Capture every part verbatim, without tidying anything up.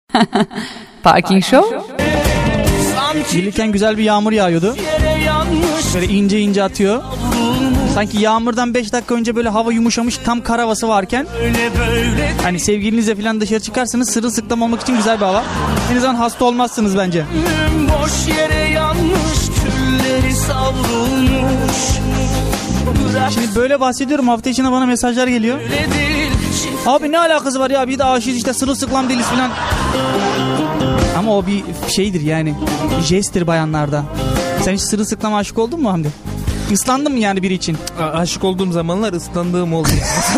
Parking Show. Gelirken güzel bir yağmur yağıyordu. Böyle ince ince atıyor. Sanki yağmurdan beş dakika önce böyle hava yumuşamış, tam kar havası varken hani sevgilinizle falan dışarı çıkarsanız sırılsıklam olmak için güzel bir hava. En azından hasta olmazsınız bence. Boş yere yanmış, külleri savrulmuş. Şimdi böyle bahsediyorum, hafta içinde bana mesajlar geliyor. Abi ne alakası var ya, bir de aşığız işte, sırılsıklam değiliz falan. Ama o bir şeydir yani, jesttir bayanlarda. Sen hiç sırılsıklama aşık oldun mu Hamdi? Islandın mı yani biri için? A- aşık olduğum zamanlar ıslandığım oldu.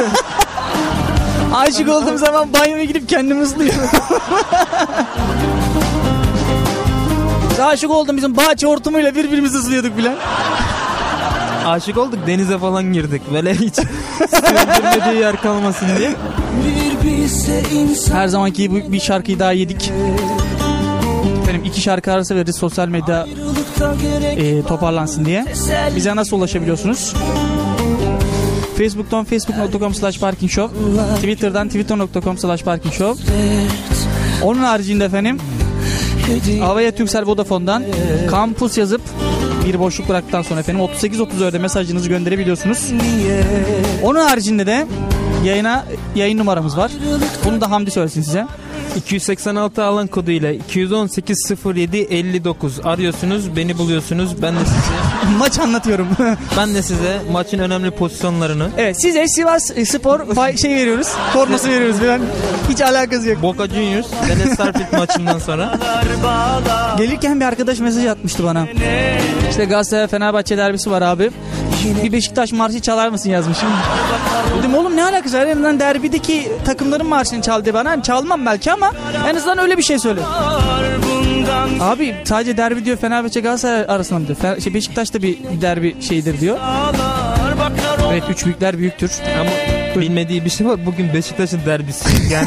Aşık olduğum zaman banyoya gidip kendimi ıslıyorum. Aşık oldum, bizim bahçe hortumuyla birbirimizi ıslıyorduk filan. Aşık olduk, denize falan girdik. Böyle hiç süründürmediği yer kalmasın diye. Her zamanki gibi bir şarkıyı daha yedik. Efendim iki şarkı arası veririz sosyal medya e, toparlansın diye. Bize nasıl ulaşabiliyorsunuz? Facebook'tan facebook nokta com slash parking show, Twitter'dan twitter nokta com slash parking show. Onun haricinde efendim Havaya Turkcell Vodafone'dan kampus yazıp bir boşluk bıraktıktan sonra efendim otuz sekiz otuz dörde mesajınızı gönderebiliyorsunuz. Onun haricinde de yayına yayın numaramız var. Bunu da Hamdi söylesin size. iki yüz seksen altı alan koduyla iki yüz on sekiz sıfır yedi elli dokuz arıyorsunuz, beni buluyorsunuz. Ben de size maç anlatıyorum. Ben de size maçın önemli pozisyonlarını. Evet, size Sivas Spor fay, şey veriyoruz. Forması veriyoruz falan. Hiç alakası yok. Boca Juniors Deniz Sarpit maçından sonra. Gelirken bir arkadaş mesaj atmıştı bana. İşte Galatasaray Fenerbahçe derbisi var abi. Bir Beşiktaş marşı çalar mısın yazmışım. Dedim oğlum ne alakası var? En azından derbideki takımların marşını çal diye bana. Yani çalmam belki ama en azından öyle bir şey söyle. Abi sadece derbi diyor, Fenerbahçe Galatasaray arasında mı diyor? Fe- şey, Beşiktaş da bir derbi şeydir diyor. Evet, üç büyükler büyüktür. Ama bilmediği bir şey var. Bugün Beşiktaş'ın derbisi. Yani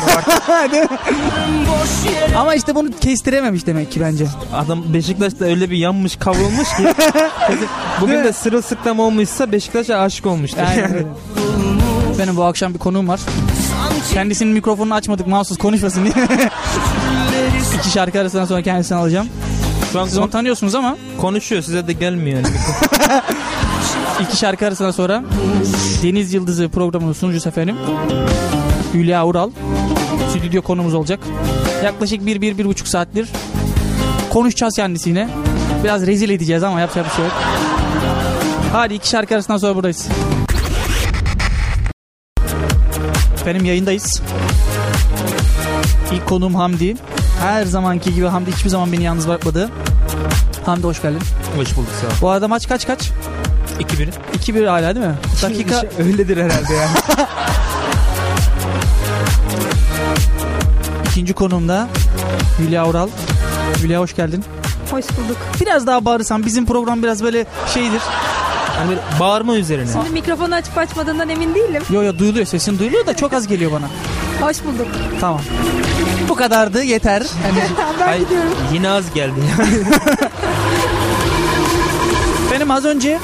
ama işte bunu kestirememiş demek ki bence. Adam Beşiktaş'ta öyle bir yanmış, kavrulmuş ki. Bugün de sırılsıklam olmuşsa Beşiktaş'a aşık olmuştur. Yani. Benim bu akşam bir konuğum var. Kendisinin mikrofonunu açmadık mahsus konuşmasın diye. İki şarkı arasından sonra kendisini alacağım. Şu an siz onu tanıyorsunuz ama. Konuşuyor, size de gelmiyor. Yani. İki şarkı arasından sonra Deniz Yıldızı programının sunucusu efendim Hülya Ural stüdyo konumuz olacak. Yaklaşık bir, bir, bir buçuk saattir konuşacağız kendisiyle. Biraz rezil edeceğiz ama yapacak bir şey yok. Hadi iki şarkı arasından sonra buradayız. Efendim yayındayız. İlk konuğum Hamdi. Her zamanki gibi Hamdi hiçbir zaman beni yalnız bırakmadı. Hamdi hoş geldin. Hoş bulduk, sağ ol. Bu arada maç kaç kaç? iki bir. iki bir hala değil mi? Dakika şey öyledir herhalde yani. İkinci konuğumda Hülya Ural. Hülya hoş geldin. Hoş bulduk. Biraz daha bağırırsan, bizim program biraz böyle şeydir. Hani bağırma üzerine. Şimdi mikrofonu açıp açmadığından emin değilim. Yo yo duyuluyor, sesin duyuluyor da çok az geliyor bana. Hoş bulduk. Tamam. Bu kadardı, yeter. Yani... ben Ay, gidiyorum. Yine az geldi yani. Benim az önce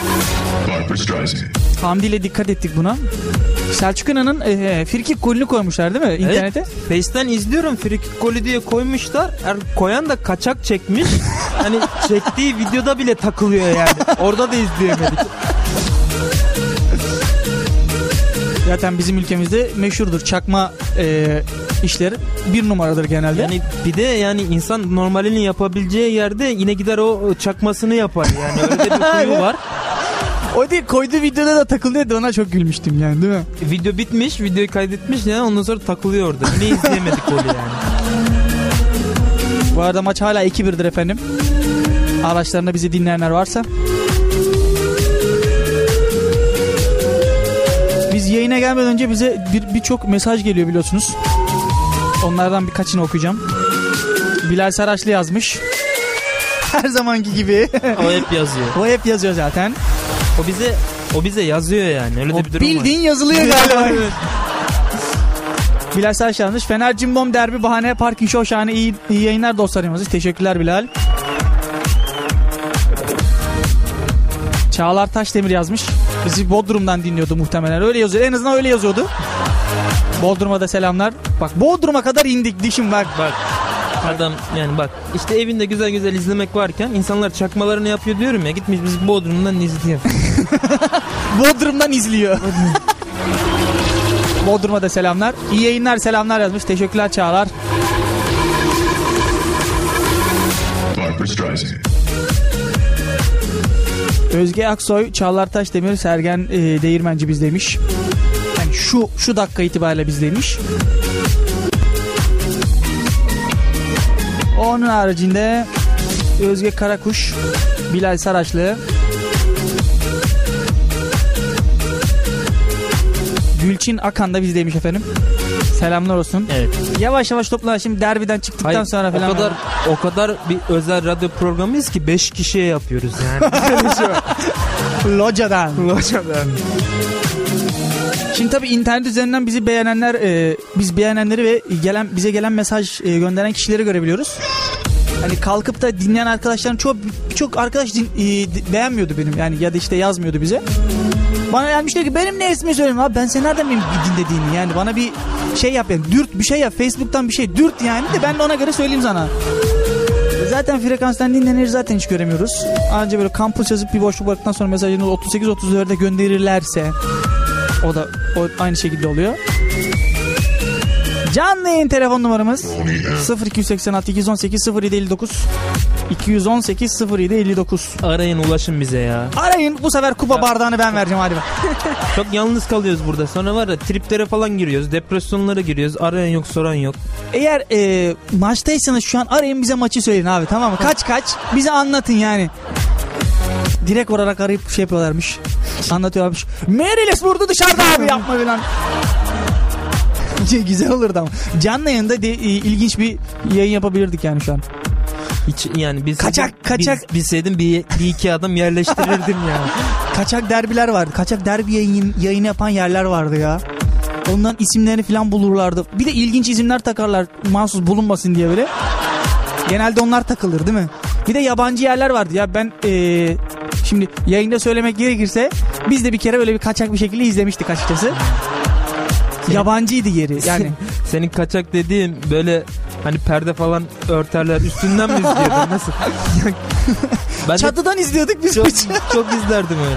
Hamdi ile dikkat ettik buna. Selçuk İnan'ın e, frikik golünü koymuşlar değil mi internete? Evet, Face'ten izliyorum, frikik golü diye koymuşlar. Er, koyan da kaçak çekmiş. Hani çektiği videoda bile takılıyor yani. Orada da izleyemedik. Zaten bizim ülkemizde meşhurdur çakma e, işleri bir numaradır genelde. Yani bir de yani insan normalini yapabileceği yerde yine gider o çakmasını yapar yani. Öyle de bir huyu var. O değil, koyduğu videoda da takılıyordu, ona çok gülmüştüm yani, değil mi? Video bitmiş, videoyu kaydetmiş ya, ondan sonra takılıyor orada. Yine izleyemedik golü yani. Bu arada maç hala iki birdir efendim. Araçlarında bizi dinleyenler varsa. Biz yayına gelmeden önce bize bir birçok mesaj geliyor biliyorsunuz. Onlardan birkaçını okuyacağım. Bilal Saraçlı yazmış. Her zamanki gibi. O hep yazıyor. O hep yazıyor zaten. O bize o bize yazıyor yani. Öyle o de bir durum var. Bildiğin yazılıyor galiba. Bilal Saraçlı yazmış. Fener Cimbom derbi bahane, parking show şahane, iyi, iyi yayınlar dostlarım. Teşekkürler Bilal. Çağlar Taşdemir yazmış. Bizi Bodrum'dan dinliyordu muhtemelen. Öyle yazıyor. En azından öyle yazıyordu. Bodrum'a da selamlar. Bak Bodrum'a kadar indik. Dişim bak. Bak. Adam yani bak işte evinde güzel güzel izlemek varken insanlar çakmalarını yapıyor diyorum ya, gitmiş biz Bodrum'dan izliyor. Bodrum'dan izliyor. Bodrum'a da selamlar. İyi yayınlar, selamlar yazmış. Teşekkürler Çağlar. Özge Aksoy, Çağlar Taşdemir, Sergen e, Değirmenci bizdeymiş. Yani şu şu dakika itibariyle bizdeymiş. Onun haricinde Özge Karakuş, Bilal Saraçlı, Gülçin Akan da bizdeymiş efendim. Selamlar olsun. Evet. Yavaş yavaş toplan, şimdi derbiden çıktıktan Hayır, sonra falan. O kadar o kadar bir özel radyo programıyız ki beş kişiye yapıyoruz yani. Locadan. Locadan. Şimdi tabii internet üzerinden bizi beğenenler, e, biz beğenenleri ve gelen bize gelen mesaj e, gönderen kişileri görebiliyoruz. Hani kalkıp da dinleyen arkadaşların çok çok arkadaş din, e, beğenmiyordu benim yani, ya da işte yazmıyordu bize. Bana gelmiş diyor ki benim ne ismi söyleyeyim abi, ben sen nereden benim dinlediğini, yani bana bir şey yap yani, dürt bir şey yap, Facebook'tan bir şey dürt yani de ben de ona göre söyleyeyim sana. Zaten frekanstan dinlenir zaten hiç göremiyoruz. Ancak böyle kampus yazıp bir boşluk bıraktıktan sonra mesajını otuz sekiz otuz dörde gönderirlerse o da o aynı şekilde oluyor. Canlı yayın telefon numaramız sıfır iki seksen altı iki yüz on sekiz sıfır yedi elli dokuz iki yüz on sekiz sıfır yedi elli dokuz. Arayın, ulaşın bize ya. Arayın, bu sefer kupa ya. Bardağını ben vereceğim, hadi bak. Çok yalnız kalıyoruz burada. Sonra var ya, triplere falan giriyoruz. Depresyonlara giriyoruz. Arayan yok, soran yok. Eğer e, maçtaysanız şu an arayın, bize maçı söyleyin abi, tamam mı? Kaç kaç bize anlatın yani. Direkt olarak arayıp şey yapıyorlarmış. Anlatıyorlarmış. Meriles vurdu dışarıda abi, yapma falan. Güzel olurdu ama. Canlı yayında de, e, ilginç bir yayın yapabilirdik yani şu an. Hiç yani biz kaçak kaçak biz, bilseydim bir, bir iki adam yerleştirirdim yani. Kaçak derbiler vardı. Kaçak derbi yayın, yayını yapan yerler vardı ya. Ondan isimlerini falan bulurlardı. Bir de ilginç isimler takarlar mahsus bulunmasın diye böyle. Genelde onlar takılır değil mi? Bir de yabancı yerler vardı ya, ben ee, şimdi yayında söylemek gerekirse biz de bir kere böyle bir kaçak bir şekilde izlemiştik açıkçası. Senin, yabancıydı yeri yani. Senin kaçak dediğin böyle hani perde falan örterler, üstünden mi izliyordun, nasıl? Ben çatıdan de izliyorduk biz. Çok, çok izlerdim öyle.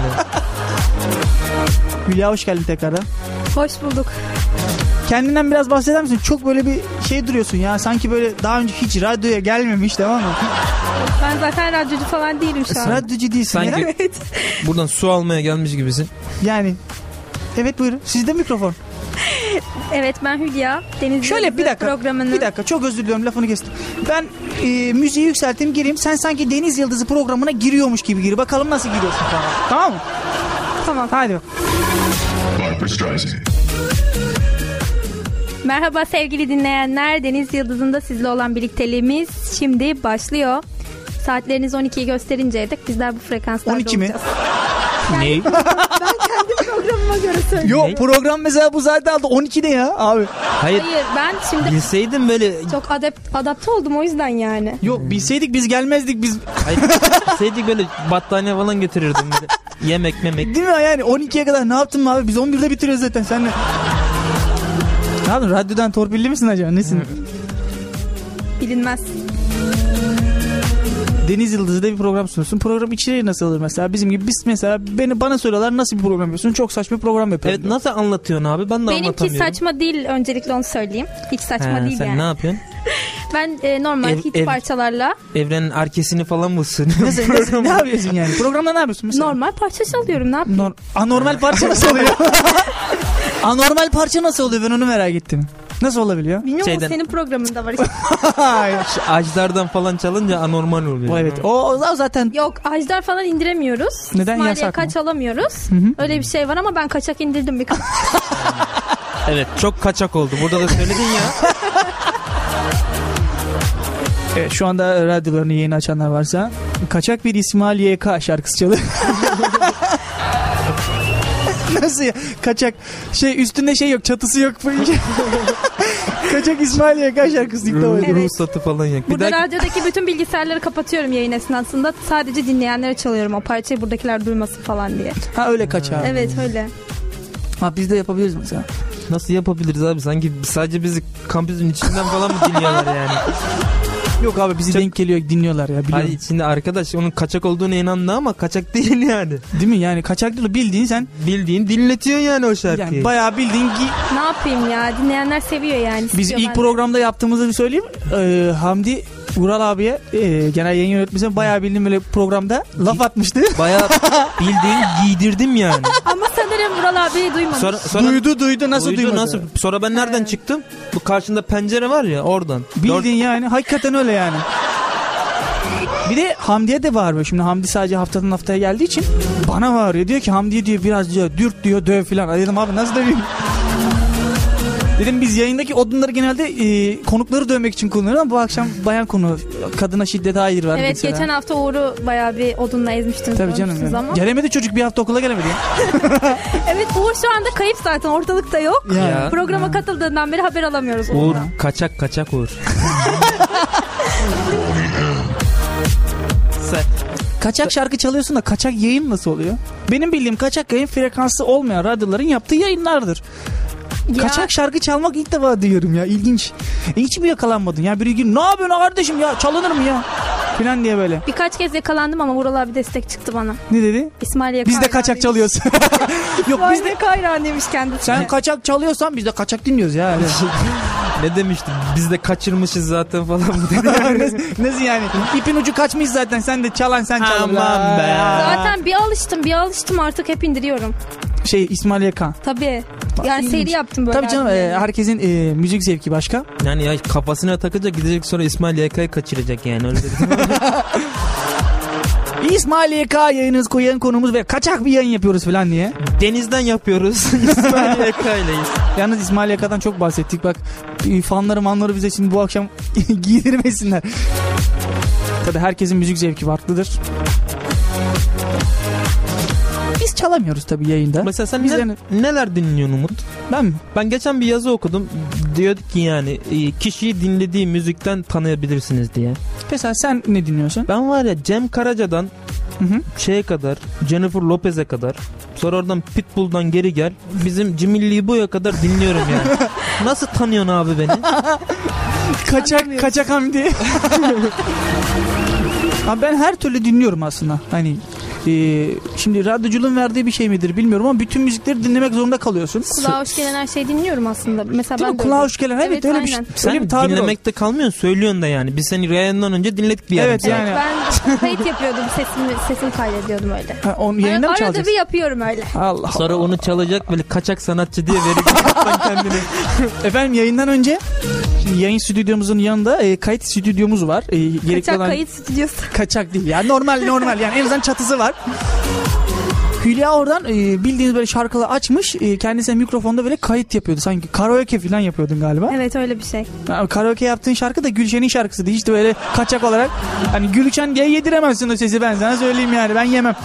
Hülya hoş geldin tekrardan. Hoş bulduk. Kendinden biraz bahseder misin? Çok böyle bir şey duruyorsun ya. Sanki böyle daha önce hiç radyoya gelmemiş, tamam mı? Ben zaten radyocu falan değilim şu an. Radyocu değilsin. Sanki ya. Evet. Buradan su almaya gelmiş gibisin. Yani. Evet buyurun. Sizde mikrofon. Evet, ben Hülya. Deniz Şöyle bir dakika. Programını... Bir dakika, çok özür diliyorum, lafını kestim. Ben e, müziği yükselteyim, gireyim. Sen sanki Deniz Yıldızı programına giriyormuş gibi gir. Bakalım nasıl giriyorsun falan. Tamam mı? Tamam. Hadi bak. Merhaba sevgili dinleyenler. Deniz Yıldızı'nda sizle olan birlikteliğimiz şimdi başlıyor. Saatleriniz on ikiyi gösterinceye dek bizler bu frekanslarda on iki olacağız. mi? Yani, ne? Ben kendi programıma göre söylüyorum. Yok, program mesela bu saatte aldı on ikide ya abi. Hayır. Hayır, ben şimdi bilseydim böyle çok adapt, adapte oldum o yüzden yani. Yok, bilseydik biz gelmezdik biz. Hayır, bilseydik böyle battaniye falan getirirdim. Yemek memek. Değil mi yani, on ikiye kadar ne yaptın mı abi? Biz on birde bitiriyoruz zaten senle. Ne yaptın? Radyodan torpilli misin acaba? Nesin? Bilinmez. Deniz Yıldızı'da bir program sunuyorsun. Program içeriği nasıl olur mesela? Bizim gibi biz mesela, beni bana soruyorlar nasıl bir program yapıyorsun? Çok saçma bir program yapıyorum. Evet, nasıl anlatıyorsun abi? Ben de Benimki anlatamıyorum. saçma değil, öncelikle onu söyleyeyim. Hiç saçma He, değil sen yani. ne yapıyorsun? Ben e, normal Ev- hit ev- parçalarla. Evrenin arkesini falan mı ısınıyorsun? Nasıl, nasıl, ne yapıyorsun yani? Programda ne yapıyorsun mesela? Normal parça çalıyorum, ne yapayım? Nor- Anormal parça nasıl oluyor? Anormal parça nasıl oluyor, ben onu merak ettim. Nasıl olabiliyor? Bilmiyorum, Şeyden- o senin programında var. Ajdar'dan falan çalınca anormal oluyor. O evet. O, o zaten. Yok, Ajdar falan indiremiyoruz. Neden, İsmail'e yasak mı? kaç alamıyoruz. Hı hı. Öyle bir şey var ama ben kaçak indirdim bir Evet, çok kaçak oldu. Burada da söyledin ya. Evet, şu anda radyolarını yeni açanlar varsa, kaçak bir İsmail Y K şarkısı çalıyor. Nasıl ya? Kaçak şey, üstünde şey yok, çatısı yok. Kaçak İsmail Y K şarkısı ilk defa. Evet. Ruhsatı falan yok. Bir Burada dahaki- radyodaki bütün bilgisayarları kapatıyorum yayın esnasında. Sadece dinleyenlere çalıyorum o parçayı, buradakiler duymasın falan diye. Ha, öyle kaçak. Evet, öyle. Ha, biz de yapabiliriz mesela. Nasıl yapabiliriz abi? Sanki sadece bizi kampüsün içinden falan mı dinliyorlar yani? Yok abi bizi Çok... denk geliyor, dinliyorlar ya, biliyorum. Hayır, şimdi arkadaş onun kaçak olduğuna inandı ama kaçak değil yani. Değil mi yani, kaçak değil, bildiğin sen. Bildiğin dinletiyor yani o şarkıyı. Yani bayağı bildiğin. Gi- ne yapayım ya, dinleyenler seviyor yani. Biz ilk programda yaptığımızı bir söyleyeyim. Ee, Hamdi Vural abiye, e, genel yayın yönetmesi bayağı bildiğim böyle programda laf atmıştı. Bayağı bildiğin giydirdim yani. Ama sanırım Vural abi duymamış. Sonra, sonra, duydu duydu nasıl duydu, duymadı? Nasıl? Sonra ben nereden He. çıktım? Bu karşında pencere var ya, oradan. Bildiğin yani hakikaten öyle yani. Bir de Hamdi'ye de bağırıyor. Şimdi Hamdi sadece haftadan haftaya geldiği için bana bağırıyor. Diyor ki Hamdi diyor biraz diyor dürt diyor, döv filan. Dedim abi nasıl döveyim? Dedim biz yayındaki odunları genelde e, konukları dövmek için kullanıyoruz ama bu akşam bayan konu, kadına şiddete hayır var. Evet mesela. Geçen hafta Uğur'u bayağı bir odunla ezmiştiniz. Tabii canım. Yani. Ama. Gelemedi çocuk, bir hafta okula gelemedi. Evet, Uğur şu anda kayıp zaten, ortalıkta yok. Ya. Programa ya. katıldığından beri haber alamıyoruz. Uğur Uğur'dan. kaçak kaçak Uğur. Sen... Kaçak şarkı çalıyorsun da kaçak yayın nasıl oluyor? Benim bildiğim kaçak yayın frekansı olmayan radyoların yaptığı yayınlardır. Ya. Kaçak şarkı çalmak ilk defa duyuyorum ya, ilginç. E hiç mi yakalanmadın ya, biri gibi ne yapıyorsun kardeşim ya, çalınır mı ya filan diye böyle. Birkaç kez yakalandım ama Vural abi destek çıktı bana. Ne dedi? İsmail Yaka. Biz de kaçak çalıyoruz. Yok biz de Kayran demiş kendisi. Sen kaçak çalıyorsan biz de kaçak dinliyoruz ya. Ne demiştim? Biz de kaçırmışız zaten falan mı dedi yani. Nasıl yani? İpin ucu kaçmış zaten, sen de çalan sen çal. Aman be. Zaten bir alıştım bir alıştım artık hep indiriyorum. Şey İsmail Yakan. Tabii. Yani seri yaptım böyle. Tabii canım, e, herkesin e, müzik zevki başka. Yani ya kafasına takacak, gidecek sonra İsmail Yaka'yı kaçıracak yani, öyle dedim. İsmail Yaka yayınız, koyan konumuz ve kaçak bir yayın yapıyoruz falan diye. Denizden yapıyoruz. İsmail Yaka'yleyiz. Yalnız İsmail Yaka'dan çok bahsettik. Bak fanları manları bize şimdi bu akşam giydirmesinler. Tabii herkesin müzik zevki farklıdır. Biz çalamıyoruz tabii yayında. Mesela sen Biz ne, yani... neler dinliyorsun Umut? Ben mi? Ben geçen bir yazı okudum. Diyor ki yani kişiyi dinlediği müzikten tanıyabilirsiniz diye. Mesela sen ne dinliyorsun? Ben var ya Cem Karaca'dan Hı hı. şeye kadar, Jennifer Lopez'e kadar, sonra oradan Pitbull'dan geri gel, bizim Jimmy Libo'ya kadar dinliyorum yani. Nasıl tanıyorsun abi beni? Kaçak kaçak Hamdi. Abi ben her türlü dinliyorum aslında. Hani e, şimdi radyoculuğun verdiği bir şey midir bilmiyorum ama bütün müzikleri dinlemek zorunda kalıyorsun. Kulağa hoş gelen her şeyi dinliyorum aslında. Mesela değil ben mi? Kulağa hoş gelen evet, evet öyle bir, Sen öyle bir tabir dinlemekte kalmıyorsun, söylüyorsun da yani. Biz seni yayından önce dinledik bir evet, yarım yani. Ben kayıt yapıyordum, sesimi sesimi kaydediyordum öyle. Ha, onu yayında mı Arada çalacaksın? bir yapıyorum öyle. Allah sonra Allah. onu çalacak böyle kaçak sanatçı diye verecek kendini. Efendim yayından önce şimdi yayın stüdyomuzun yanında e, kayıt stüdyomuz var. E, gerekli Kaçak olan... kayıt stüdyosu. Kaçak değil yani normal normal yani en azından çatısı var. Hülya oradan e, bildiğiniz böyle şarkıları açmış, e, kendisine mikrofonda böyle kayıt yapıyordu. Sanki karaoke falan yapıyordun galiba. Evet öyle bir şey. Yani karaoke yaptığın şarkı da Gülşen'in şarkısıydı. İşte böyle kaçak olarak hani Gülşen diye yediremezsin o sesi, ben sana söyleyeyim yani, ben yemem.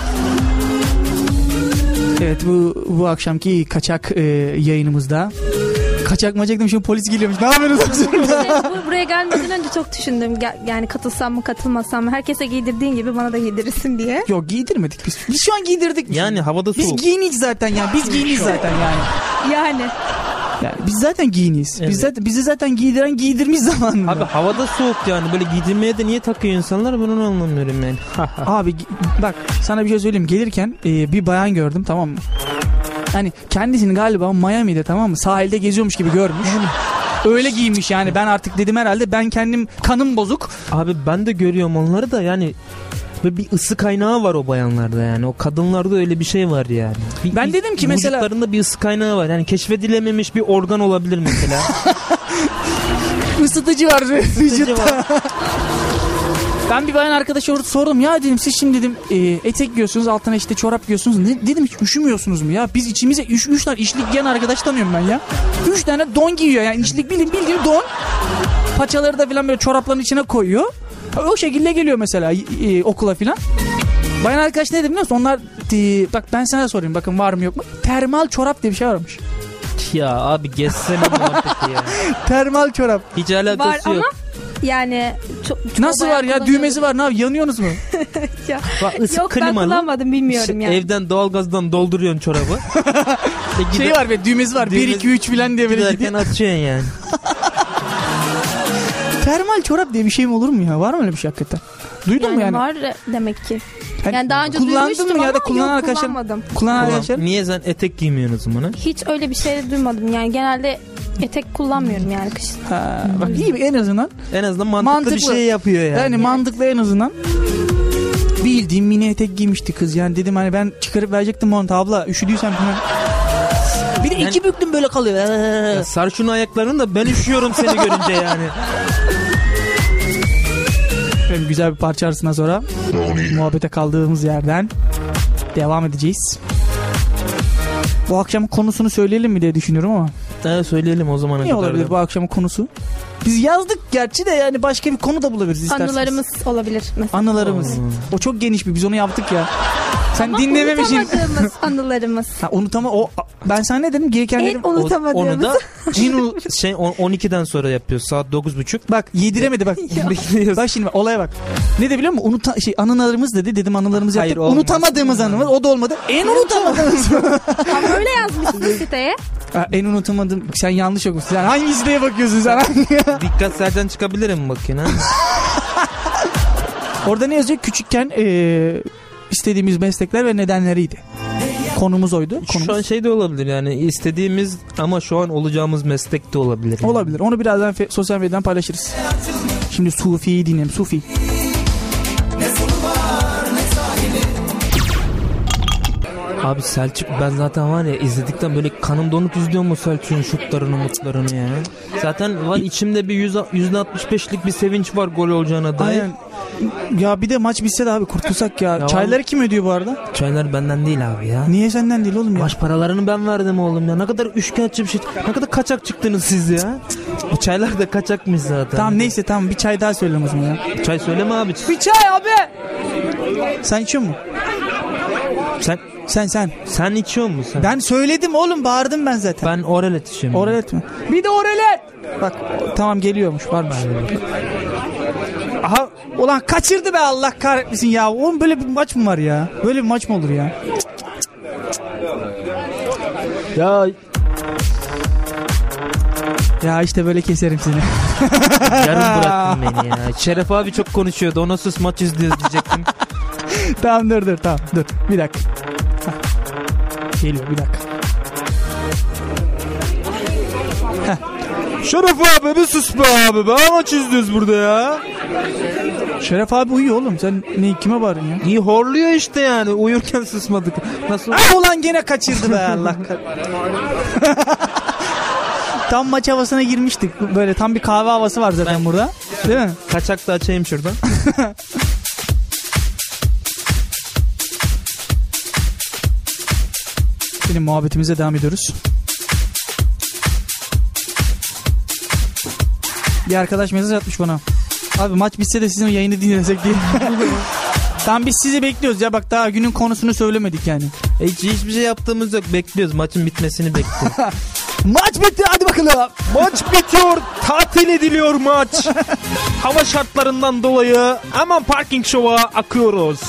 Evet bu bu akşamki kaçak e, yayınımızda. Kaçak macak demişim, polis geliyormuş. Ne yapıyorsunuz? İşte bu, buraya gelmeden önce çok düşündüm. Yani katılsam mı katılmasam mı? Herkese giydirdiğin gibi bana da giydirirsin diye. Yok giydirmedik biz. Biz şu an giydirdik. Yani havada soğuk. Biz giyinik zaten yani. Biz giyinik zaten yani. Yani. Yani biz zaten giyiniyiz. Evet. Biz zaten, bizi zaten giydiren giydirmiş zamanında. Abi havada soğuk yani, böyle giydirmeye de niye takıyor insanlar, ben onu anlamıyorum yani. Abi bak sana bir şey söyleyeyim. Gelirken e, bir bayan gördüm, tamam mı? Hani kendisini galiba Miami'de, tamam mı, sahilde geziyormuş gibi görmüş. Öyle giymiş yani, ben artık dedim herhalde ben kendim kanım bozuk. Abi ben de görüyorum onları da yani. Böyle bir ısı kaynağı var o bayanlarda yani. O kadınlarda öyle bir şey var yani. Bir, ben dedim ki mesela. Vücutlarında bir ısı kaynağı var. Yani keşfedilememiş bir organ olabilir mesela. Isıtıcı var vücutta. var. Ben bir bayan arkadaşa orada sordum. Ya dedim siz şimdi dedim e, etek giyiyorsunuz, altına işte çorap giyiyorsunuz. Ne, dedim hiç üşümüyorsunuz mu ya? Biz içimize üç, üç tane içlik giyen arkadaş tanıyorum ben ya. Üç tane don giyiyor yani, içlik bildiğin, bildiğin don. Paçaları da falan böyle çorapların içine koyuyor. O şekilde geliyor mesela e, okula falan. Bayan arkadaş ne dedi biliyor musun? Onlar e, bak ben sana sorayım bakın var mı yok mu? Termal çorap diye bir şey varmış. Ya abi gezsene muhabbeti ya. Termal çorap. Hiç alakası var yok. ama yani çok, çok nasıl var ya, düğmesi var, ne yapıyorsun, yanıyorsunuz mu? ya. Bak, ısı Yok ben klimalı. kullanmadım, bilmiyorum yani. Evden doğalgazdan dolduruyorsun çorabı. e şey var be, düğmesi var, bir iki üç falan diye böyle giderken açıyorsun yani. Termal özel çorap diye bir şey mi olur mu ya? Var mı öyle bir şey hakikaten? Duydun yani mu yani? var demek ki. Yani, Yani daha önce kullandın duymuştum mı ya da ama kullanan yok, arkadaşlar? kullanmadım. Kullanan arkadaşlar? Niye sen etek giymiyorsun bunu? Hiç öyle bir şey duymadım. Yani genelde etek kullanmıyorum yani kışın. Ha, bak iyi en azından. En azından mantıklı, Mantıklı. bir şey yapıyor yani. Yani mantıklı en azından. Bildiğim mini etek giymişti kız yani dedim hani ben çıkarıp verecektim mont abla üşüdüysem falan. Bir de Yani- iki büklüm böyle kalıyor. Ya sar şunu ayaklarını da ben üşüyorum seni görünce yani. Efendim, güzel bir parça arasından sonra muhabbete kaldığımız yerden devam edeceğiz. Bu akşamın konusunu söyleyelim mi diye düşünüyorum ama. Evet söyleyelim o zamana Ne kadar. olabilir da. bu akşamın konusu? Biz yazdık gerçi de yani başka bir konu da bulabiliriz isterseniz. Anılarımız olabilir mesela. Anılarımız. Hmm. O çok geniş bir biz onu yaptık ya. Sen Ama dinlememişsin. unutamadığımız anılarımız. Ha, unutama o ben sana ne dedim geyken En dedim. unutamadığımız. Onu da en u- şey on- on ikiden sonra yapıyoruz. Saat dokuz buçuk. Bak yediremedi bak. Bekliyoruz. Bak şimdi olaya bak. Ne de biliyor musun? Unuta şey anılarımız dedi. Dedim anılarımızı Hayır, yaptık. olmaz. Unutamadığımız anımız o da olmadı. En unutamadığımız. Ama öyle yazmışsın siteye. Ha, en unutamadığım sen yanlış okumuşsun. Sen hangi siteye bakıyorsun sen? Dikkat serden çıkabilirim bakın ha. Orada ne yazıyor? Küçükken eee, istediğimiz meslekler ve nedenleriydi. Konumuz oydu. Konumuz. Şu an şey de olabilir yani istediğimiz ama şu an olacağımız meslek de olabilir. Yani. Olabilir. Onu birazdan fe- sosyal medyadan paylaşırız. Şimdi Sufi'yi dinleyelim. Sufi. Abi Selçuk ben zaten var ya izledikten böyle kanım donuk izliyorum o Selçuk'un şutlarını mutlarını ya. Zaten var içimde bir yüzde altmış beşlik bir sevinç var gol olacağına dair. Aynen. Ya bir de maç bitse de abi kurtulsak ya. Ya Çayları kim ödüyor bu arada? Çaylar benden değil abi ya. Niye senden değil oğlum ya? Baş paralarını ben verdim oğlum ya. Ne kadar üçkağıtçı bir şey. Ne kadar kaçak çıktınız siz ya. Bu çaylar da kaçakmış zaten. Tamam neyse tamam bir çay daha söyle o zaman ya. Çay söyleme abi. Bir çay abi. Sen içiyor musun? Sen Sen sen. sen içiyor musun sen? Ben söyledim oğlum bağırdım ben zaten. Ben oralet içiyorum. Oralet mi? Bir de oralet. Bak tamam geliyormuş varmış. Aha ulan kaçırdı be Allah kahretmesin ya. Oğlum böyle bir maç mı var ya? Böyle bir maç mı olur ya? Ya Ya işte böyle keserim seni. yarım bıraktın beni ya. Şeref abi çok konuşuyordu. Ona sus maç izliyoruz diyecektim. Tamam dur dur tamam dur bir dakika. Hah. Geliyor bir dakika. Şeref abi bir sus be abi. Ben maç izliyoruz burada ya. Şeref abi uyuyor oğlum. Sen ne kime bağırıyorsun ya? İyi horluyor işte yani. Uyurken susmadık. Nasıl? Ah ulan gene kaçırdı be Allah kahretsin. Tam maç havasına girmiştik. Böyle tam bir kahve havası var zaten burada. Değil mi? Kaçak da açayım şuradan. Şimdi muhabbetimize devam ediyoruz. Bir arkadaş mesaj atmış bana. Abi maç bitse de sizin yayını dinlesek diye. Tam biz sizi bekliyoruz ya bak daha günün konusunu söylemedik yani. Hiç hiçbir şey yaptığımız yok. Bekliyoruz. Maçın bitmesini bekliyoruz. Maç bitti hadi bakalım. Maç bitiyor. Tatil ediliyor maç. Hava şartlarından dolayı hemen parking şova akıyoruz.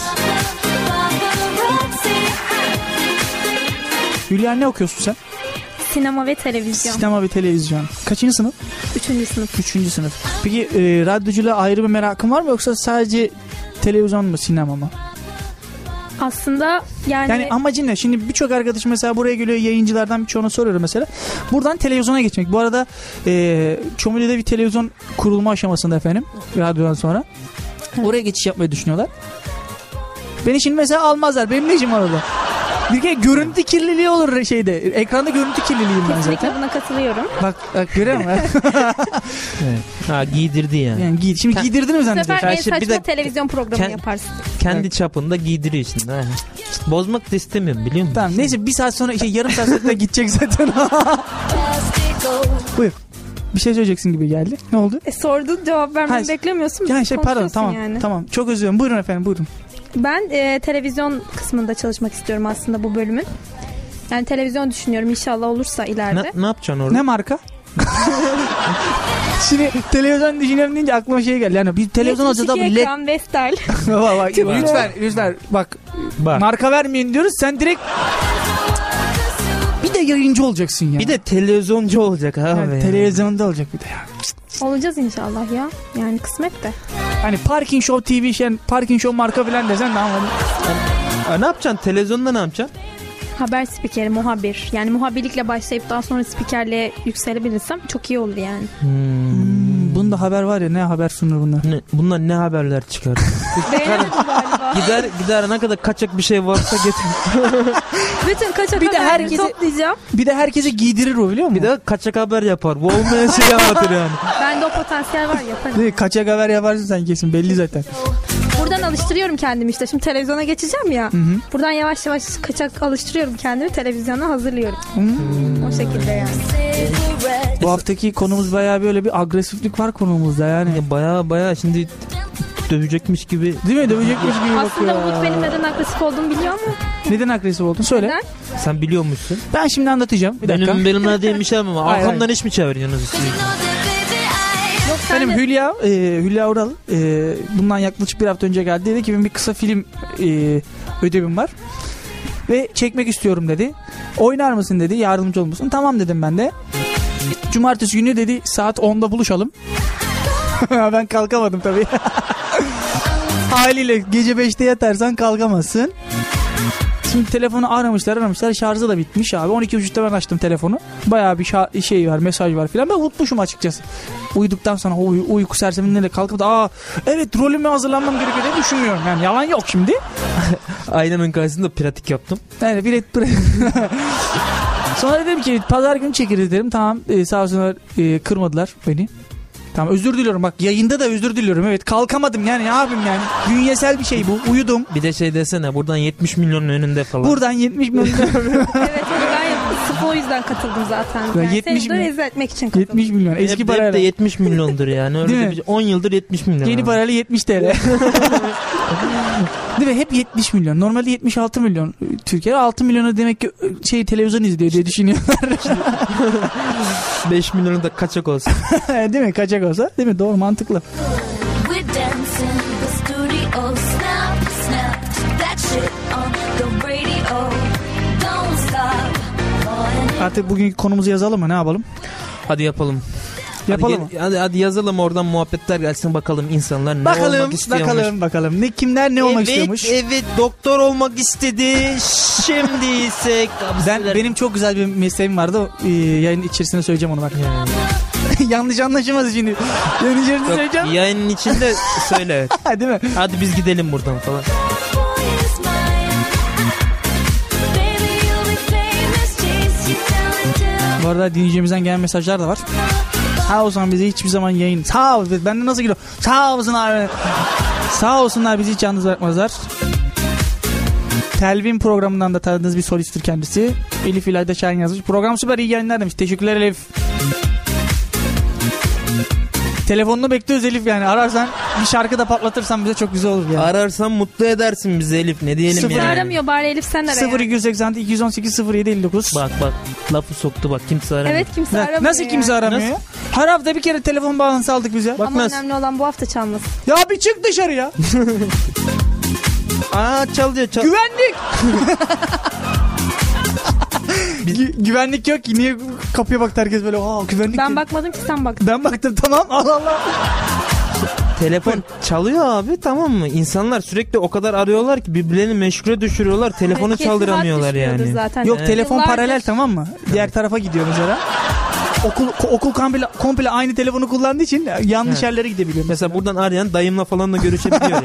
Hülya ne okuyorsun sen? Sinema ve televizyon. Sinema ve televizyon. Kaçıncı sınıf? Üçüncü sınıf. Üçüncü sınıf. Peki e, radyoculuğa ayrı bir merakın var mı yoksa sadece televizyon mu sinema mı? Aslında yani, Yani amacın ne? Şimdi birçok arkadaş mesela buraya geliyor yayıncılardan birçoğuna soruyorum mesela. Buradan televizyona geçmek. Bu arada e, Çomili'de bir televizyon kurulma aşamasında efendim. Radyodan sonra. Oraya geçiş yapmayı düşünüyorlar. Beni şimdi mesela almazlar. Benim ne işim var orada? Bir kere görüntü kirliliği olur şeyde. Ekranda görüntü kirliliğiyim ben kesinlikle zaten. buna katılıyorum. Bak, bak görüyor musun? Evet. Ha giydirdi yani. Yani giy, şimdi Ke- giydirdin mi Bu zannediyorsun? sefer en Karşı bir saçma de- televizyon programı Ken- yaparsın. Kendi Evet. çapında giydiriyor şimdi. Ha. Bozmak da istemiyorum biliyor musun? Tamam neyse bir saat sonra şey, yarım saat sonra gidecek zaten. Buyur. Bir şey söyleyeceksin gibi geldi. Ne oldu? E, sorduğun cevap vermemi Hayır. beklemiyorsun. Ya şey pardon Konuşuyorsun tamam yani. tamam çok özür dilerim. Buyurun efendim buyurun. Ben e, televizyon kısmında çalışmak istiyorum aslında bu bölümün. Yani televizyon düşünüyorum inşallah olursa ileride. Ne, ne yapacaksın orada? Ne marka? Şimdi televizyon düşünüyorum deyince aklıma şey geldi. Yani bir televizyon olacak da yetmiş iki bir led. ekran Vestel. bak, bak, lütfen lütfen bak, Bak. marka vermeyin diyoruz sen direkt bir de yayıncı olacaksın ya. Bir de televizyoncu olacak abi. yani, ya. televizyonda olacak bir de ya. Olacağız inşallah ya. Yani kısmet de. Hani Parking Show T V, şey, Parking Show marka falan desen de anladım. Ha, ne yapacaksın? Televizyonda ne yapacaksın? Haber spikeri, muhabir. Yani muhabirlikle başlayıp daha sonra spikerliğe yükselebilirsem çok iyi olur yani. Hmm, bunda haber var ya, ne haber sunur bunlar? Ne, bunlar ne haberler çıkar? Beğenmedim galiba. gider gider ne kadar kaçak bir şey varsa getir. Bütün kaçak Bir de haberleri herkese- toplayacağım. Bir de herkese giydirir o, biliyor musun? Bir de kaçak haber yapar. Bu olmayan şeyi anlatır yani. Bende o potansiyel var, yaparım. Değil mi? Kaçak haber yaparsın sen kesin, belli zaten. Buradan alıştırıyorum kendimi işte. Şimdi televizyona geçeceğim ya. Hı hı. Buradan yavaş yavaş kaçak alıştırıyorum kendimi. Televizyona hazırlıyorum. Hmm. O şekilde yani. Bu haftaki konumuz bayağı böyle bir agresiflik var konumuzda yani. Baya baya şimdi dövecekmiş gibi. Değil mi? Dövecekmiş gibi Aslında bakıyor. Umut benim neden agresif olduğumu biliyor mu? Neden agresif oldun? Söyle. Neden? Sen biliyormuşsun. Ben şimdi anlatacağım. Bir dakika. Benim benimle değil bir şey ama Hayır, arkamdan hayır. iş mi çeviriyorsunuz siz? Yok sen Benim de- Hülya, e, Hülya Ural e, bundan yaklaşık bir hafta önce geldi. Dedi ki benim bir kısa film e, ödevim var. Ve çekmek istiyorum dedi. Oynar mısın dedi, yardımcı olmasın. Tamam dedim ben de. Cumartesi günü dedi saat onda buluşalım. Ben kalkamadım tabii. Haliyle gece beşte yatarsan kalkamazsın. Şimdi telefonu aramışlar aramışlar şarjı da bitmiş abi. on iki buçukta ben açtım telefonu. Bayağı bir şa- şey var, mesaj var filan. Ben unutmuşum açıkçası. Uyuduktan sonra o uy- uyku serseminde de kalkıp da aa evet rolüme hazırlanmam gerekiyor diye düşünmüyorum. Yani yalan yok şimdi. Aynanın karşısında pratik yaptım. Yani bilet bilet. Sonra dedim ki pazar günü çekeriz dedim. Tamam e, sağ olsunlar e, kırmadılar beni. Tamam özür diliyorum bak, yayında da özür diliyorum. Evet kalkamadım yani, ne yapayım yani. Bünyesel bir şey bu. Uyudum. Bir de şey desene buradan yetmiş milyonun önünde falan. Buradan yetmiş milyon. Evet onu ben yaptım. Sırf o yüzden katıldım zaten. Ya Yani yetmiş seni de milyon. rezil etmek için katıldım. yetmiş milyon. Eski Hep, hep parayla. de yetmiş milyondur yani. Öyle Değil de mi? bir, on yıldır yetmiş milyon. Yeni abi. parayla yetmiş T L. Değil mi? Hep yetmiş milyon. Normalde yetmiş altı milyon. Türkiye'de altı milyonu demek ki şey televizyon izliyor diye düşünüyorlar. beş milyonu da kaçak olsun. Değil mi? Kaçak olsa. Değil mi? Doğru, mantıklı. We're dancing the studio. Snap, snap, that shit on the radio. Don't stop. Artık bugünkü konumuzu yazalım mı? Ne yapalım? Hadi yapalım. Yapalım hadi, mı? hadi, hadi yazalım oradan muhabbetler gelsin bakalım insanlar ne Bakalım, olmak istiyormuş. bakalım, bakalım. Ne, kimler ne olmak evet, istiyormuş? Evet, doktor olmak istedi. Şimdi ise Ben benim çok güzel bir mesleğim vardı. Ee, yayın içerisinde söyleyeceğim onu bak. Yanlış anlaşılmaz şimdi. Yayın içerisinde söyleyeceğim. Yayının içinde söyle evet. Değil mi? Hadi biz gidelim buradan falan. Boy is mine. Baby, you'll be famous. Chase you down and down. Bu arada dinleyicimizden gelen mesajlar da var. Sağ olsun bizi hiçbir zaman yayın. Sağ ol. Ben de nasıl geliyor? Sağ olsun abi. Sağ olsunlar, bizi hiç yalnız bırakmazlar. Telvin programından da tanıdığınız bir solisttir kendisi. Elif İlayda Şahin yazmış. Program süper, iyi yayınlar demiş. Teşekkürler Elif. Telefonunu bekliyoruz Elif yani. Ararsan bir şarkı da patlatırsan bize çok güzel olur yani. Ararsan mutlu edersin bizi Elif, ne diyelim Sıfır yani. Aramıyor bari Elif, sen ara sıfır ya. iki yüz seksen iki yüz on sekiz sıfır yedi elli dokuz. Bak bak lafı soktu bak, kimse aramıyor. Evet kimse Ne- aramıyor. Nasıl kimse yani. aramıyor ya? Her hafta bir kere telefon bağlantısı aldık biz ya. Bak Ama nasıl? önemli olan bu hafta çalması. Ya bir çık dışarı ya. Aa çalıyor çal. Güvenlik. Gü- güvenlik yok ki. Niye kapıya baktı herkes böyle? Aa güvenlik. Ben yok. bakmadım ki sen baktın. Ben baktım, tamam. Allah Allah. Telefon çalıyor abi, tamam mı? İnsanlar sürekli o kadar arıyorlar ki birbirlerini meşgule düşürüyorlar. Telefonu Kesin çaldıramıyorlar hat düşmüyordur yani. Zaten. Yok Evet. telefon Yıllardır- paralel, tamam mı? Diğer tarafa gidiyor mesela. Okul ko- okul komple, komple aynı telefonu kullandığı için yanlış Evet. yerlere gidebiliyor. Mesela Mesela buradan arayan dayımla falan da görüşebiliyor yani.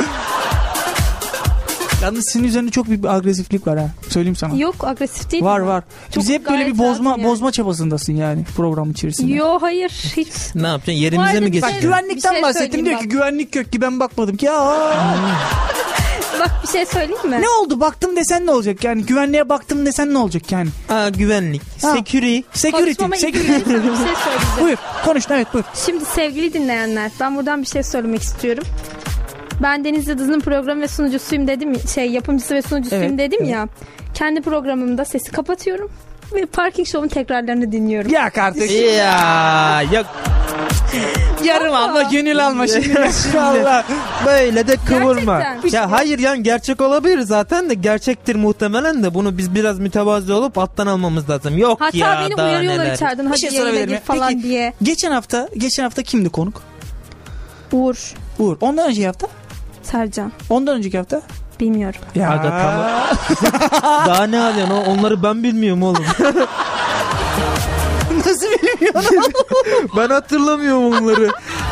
yalnız senin üzerinde çok büyük bir agresiflik var ha. Söyleyeyim sana. Yok agresif değil. Var mi? var. Çok Biz hep böyle gayet bir bozma rahatım yani. bozma çabasındasın yani program içerisinde. Yo hayır hiç. Ne yapacaksın? Yerimize Vardı mi bir şey- Bak geçeceksin? güvenlikten Bir şey bahsettim, söyleyeyim diyor bak. ki güvenlik yok ki, ben bakmadım ki. Ya Bak bir şey söyleyeyim mi? ne oldu, baktım desen ne olacak yani, güvenliğe baktım desen ne olacak yani. Aa, güvenlik. Ha. Security. Security. Konuşmama izin Security. verirsen bir şey söyleyeceğim. Buyur konuş, evet buyur. Şimdi sevgili dinleyenler, ben buradan bir şey söylemek istiyorum. Ben Deniz Yıldız'ın programı ve sunucusuyum dedim, şey yapımcısı ve sunucusuyum Evet, dedim evet. ya. Kendi programımda sesi kapatıyorum ve Parking Show'un tekrarlarını dinliyorum. Ya kardeş. Ya yok. Yarım alma, gönül alma şimdi. Allah. Böyle de kıvırma. Gerçekten. Ya hayır yani gerçek olabilir zaten de gerçektir muhtemelen de bunu biz biraz mütevazı olup alttan almamız lazım. Yok Hatta ya beni daha uyarıyorlar neler. içeriden Bir hadi şey yayına sorabilir gir miyim? falan Peki, diye. Geçen hafta, geçen hafta kimdi konuk? Uğur, Uğur. Ondan önceki hafta? Sercan. Ondan önceki hafta? Bilmiyorum. Ya. Aga tamam. Daha ne alıyorsun? O- Onları ben bilmiyorum oğlum. Nasıl bilmiyorum? Ben hatırlamıyorum onları.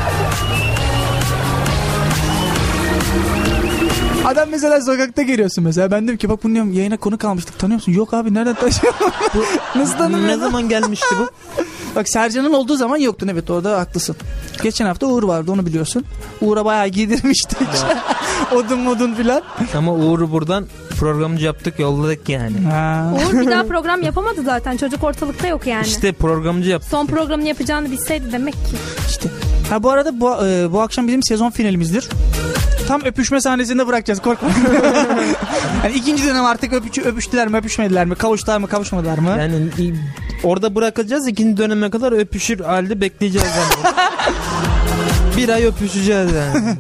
Adam mesela sokakta görüyorsun mesela. Ben dedim ki bak bunu diyorum, yayına konuk almıştık. Tanıyor musun? Yok abi, nereden tanışıyorsun? Nasıl Ne tanımıyorsun? zaman gelmişti bu? Bak Sercan'ın olduğu zaman yoktun, evet orada haklısın. Geçen hafta Uğur vardı, onu biliyorsun. Uğur'a bayağı giydirmiştik. Odun modun filan. Ama Uğur'u buradan programcı yaptık, yolladık yani. Ha. Uğur bir daha program yapamadı zaten. Çocuk ortalıkta yok yani. İşte programcı yaptık. Son programını yapacağını bilseydi demek ki. İşte. Ha bu arada bu, e, bu akşam bizim sezon finalimizdir. Tam öpüşme sahnesinde bırakacağız, korkma. Yani ikinci dönem artık öpüş, öpüştüler mi öpüşmediler mi, kavuştular mı kavuşmadılar mı? Yani i- orada bırakacağız, ikinci döneme kadar öpüşür halde bekleyeceğiz yani. Bir ay öpüşeceğiz yani.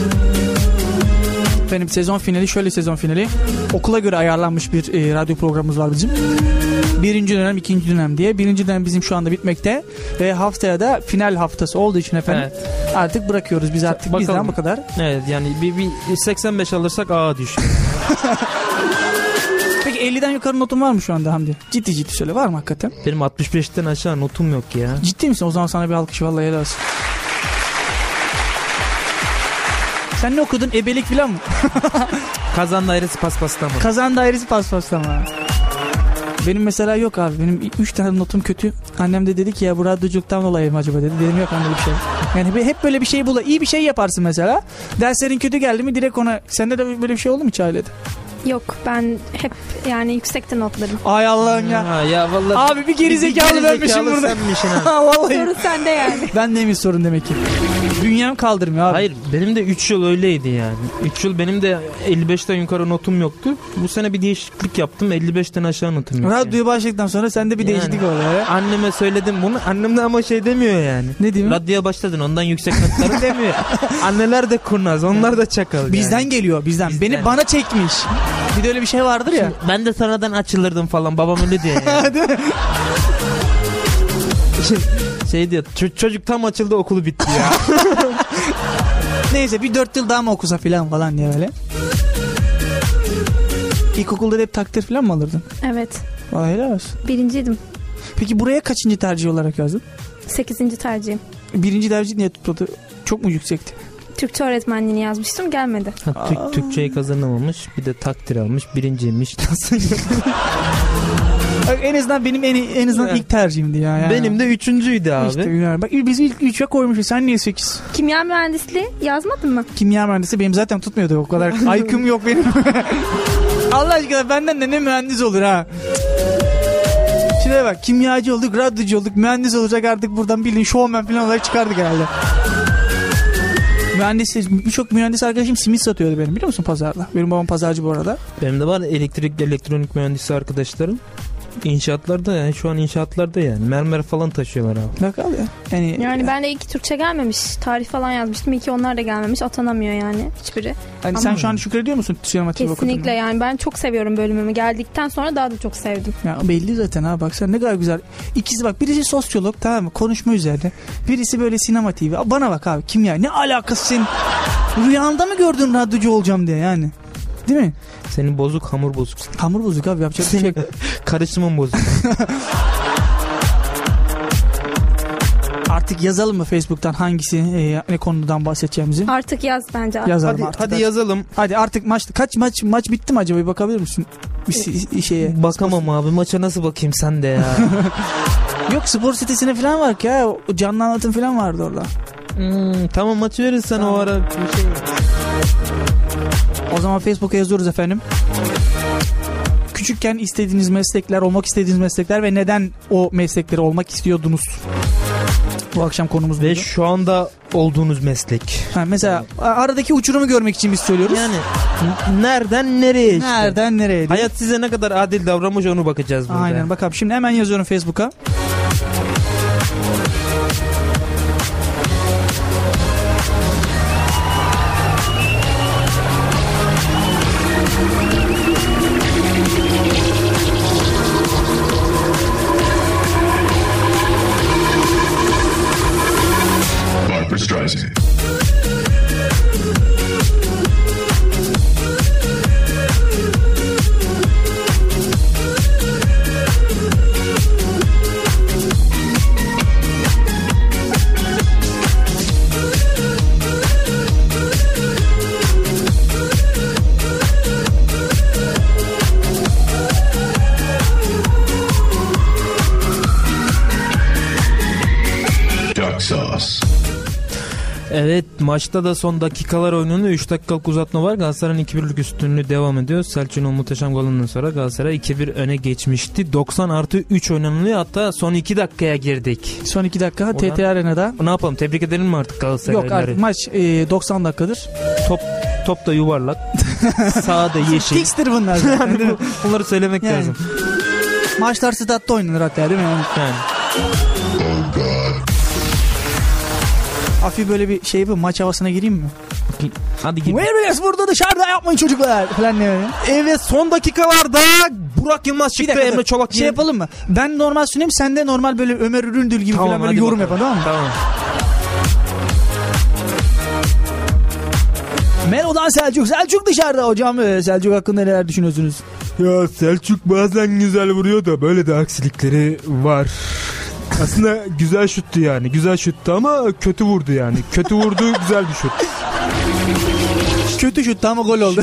Benim sezon finali şöyle, sezon finali. Okula göre ayarlanmış bir e, radyo programımız var bizim. Birinci dönem, ikinci dönem diye. Birinci dönem bizim şu anda bitmekte. Ve haftaya da final haftası olduğu için efendim. Evet. Artık bırakıyoruz biz artık. Bakalım. Bizden bu kadar. Evet yani bir, bir seksen beş alırsak ağa düşüyor. Peki elliden yukarı notun var mı şu anda Hamdi? Ciddi ciddi söyle, var mı hakikaten? Benim altmış beşten aşağı notum yok ya. Ciddi misin? O zaman sana bir alkış, vallahi helal olsun. Sen ne okudun? Ebelik falan mı? Kazan dairesi paspasta mı? Kazan dairesi paspaslama. Benim mesela yok abi. Benim üç tane notum kötü. Annem de dedi ki ya bu radyoculuktan dolayı mı acaba dedi. Dedim yok anne, bir şey. Yani hep böyle bir şey bul. İyi bir şey yaparsın mesela. Derslerin kötü geldi mi direkt ona. Sende de böyle bir şey oldu mu hiç ailede? Yok, ben hep yani yüksekte notlarım. Ay Allah'ım ya. Ha, ya vallahi Abi bir gerizekalı benmişim burada. senmişsin ha. Vallahi. Soru sende yani. Ben de mi sorun demek ki? Bünyem kaldırmıyor abi. Hayır benim de üç yıl öyleydi yani. üç yıl benim de elli beşten yukarı notum yoktu. Bu sene bir değişiklik yaptım, elli beşten aşağı notum yok. Radyoya başladıktan sonra sende bir Yani. değişiklik oldu. Ya. Anneme söyledim bunu. Annem de ama şey demiyor yani. Ne diyeyim? Radyoya başladın ondan yüksek notları demiyor. Anneler de kurnaz, onlar da çakal yani. Bizden geliyor, bizden. Bizden. Beni bana çekmiş. Bir de öyle bir şey vardır ya. Ben de sonradan açılırdım falan, babam öyle diyor yani. Şey diyor, "Ç- çocuk tam açıldı, okulu bitti ya." Neyse bir dört yıl daha mı okusa filan falan diye öyle. İlkokulda da hep takdir filan mı alırdın? Evet. Vay helal olsun. Birinciydim. Peki buraya kaçıncı tercih olarak yazdın? Sekizinci tercihim. Birinci tercih niye tutmadı? Çok mu yüksekti? Türkçe öğretmenliğini yazmıştım, gelmedi. Ha, Türk, Türkçeyi kazanamamış, bir de takdir almış, birinciymiş. Nasıl? Bak, en azından benim en, en azından Yani. ilk tercihimdi ya. Yani. Benim de üçüncüydü abi. İşte, yani. Bak biz ilk üçe koymuşuz. Sen niye sekiz? Kimya mühendisliği yazmadın mı? Kimya mühendisi benim zaten tutmuyordu o kadar. I Q'm yok benim. Allah aşkına benden de ne mühendis olur ha. Şuraya bak, kimyacı olduk, radyocu olduk, mühendis olacak artık buradan bildiğin showman falan olarak çıkardık herhalde. Mühendis, birçok mühendis arkadaşım simit satıyordu benim, biliyor musun, pazarda. Benim babam pazarcı bu arada. Benim de var elektrik, elektronik mühendisi arkadaşlarım. İnşaatlarda yani, şu an inşaatlarda yani. Mermer falan taşıyorlar abi. Bak al ya. Yani, Yani ben de ilk Türkçe gelmemiş. Tarih falan yazmıştım. İyi ki onlar da gelmemiş. Atanamıyor yani hiçbiri. hani sen Ama- şu an şükrediyor musun sinematik okudun? Kesinlikle yani ben çok seviyorum bölümümü. Geldikten sonra daha da çok sevdim. Ya belli zaten ha, baksana ne kadar güzel. İkisi bak, birisi sosyolog, tamam mı, konuşma üzerine. Birisi böyle sinema T V. Bana bak abi, kimya ne alakası senin? Rüyanda mı gördün radyocu olacağım diye yani? Değil mi? Senin bozuk, hamur bozuk. Hamur bozuk abi, yapacak bir şey yok. Karışımın bozuk. Artık yazalım mı Facebook'tan hangisi e, ne konudan bahsedeceğimizi? Artık yaz bence. Yazalım Hadi, artık. hadi yazalım. Hadi artık maç kaç maç maç bitti mi acaba, bir bakabilir misin? Bir si- şeye. Bakamam abi, maça nasıl bakayım sen de ya. Yok, spor sitesine falan bak ya. O canlı anlatım falan vardı orada. Hmm, tamam, maçı verirsen Tamam. o ara bir şey. O zaman Facebook'a yazıyoruz efendim. Küçükken istediğiniz meslekler, olmak istediğiniz meslekler ve neden o meslekleri olmak istiyordunuz? Bu akşam konumuz Ve buydu. şu anda olduğunuz meslek. Ha, mesela aradaki uçurumu görmek için biz söylüyoruz. Yani n- nereden nereye işte. Nereden nereye? diye. Hayat size ne kadar adil davranmış onu bakacağız burada. Aynen, bakalım. Şimdi hemen yazıyorum Facebook'a. Evet, maçta da son dakikalar oynanıyor. üç dakikalık uzatma var. Galatasaray'ın iki birlik üstünlüğü devam ediyor. Selçuk'un muhteşem golünden sonra Galatasaray iki bir öne geçmişti. doksan artı üç oynanılıyor. Hatta son iki dakikaya girdik. Son iki dakika Oradan- T T Arena'da. Ne yapalım? Tebrik edelim mi artık Galatasaray'ları? Yok artık maç e, doksan dakikadır. Top top da yuvarlak. Sağda yeşil. Fixtir bunlar zaten, değil mi? Bunları söylemek Yani. lazım. Maçlar statta oynanır hatta, değil mi? Yani Yani. hafif böyle bir şey yapayım, maç havasına gireyim mi? Hadi git. Veriyoruz burada, dışarıda yapmayın çocuklar falan diye. Evet, son dakikalarda Burak Yılmaz Bir çıktı, dakika, Emre dur. Çolak şey yapalım mı? Ben normal sunayım, sen de normal böyle Ömer Üründül gibi falan böyle hadi yorum bakalım. yapalım, tamam mı? Tamam. Melo'dan Selçuk. Selçuk dışarıda hocam. Ee, Selçuk hakkında neler düşünüyorsunuz? Ya Selçuk bazen güzel vuruyor da böyle de aksilikleri var. Aslında güzel şuttu yani. Güzel şuttu ama kötü vurdu yani. Kötü vurdu, güzel bir şut. Kötü şut ama gol oldu.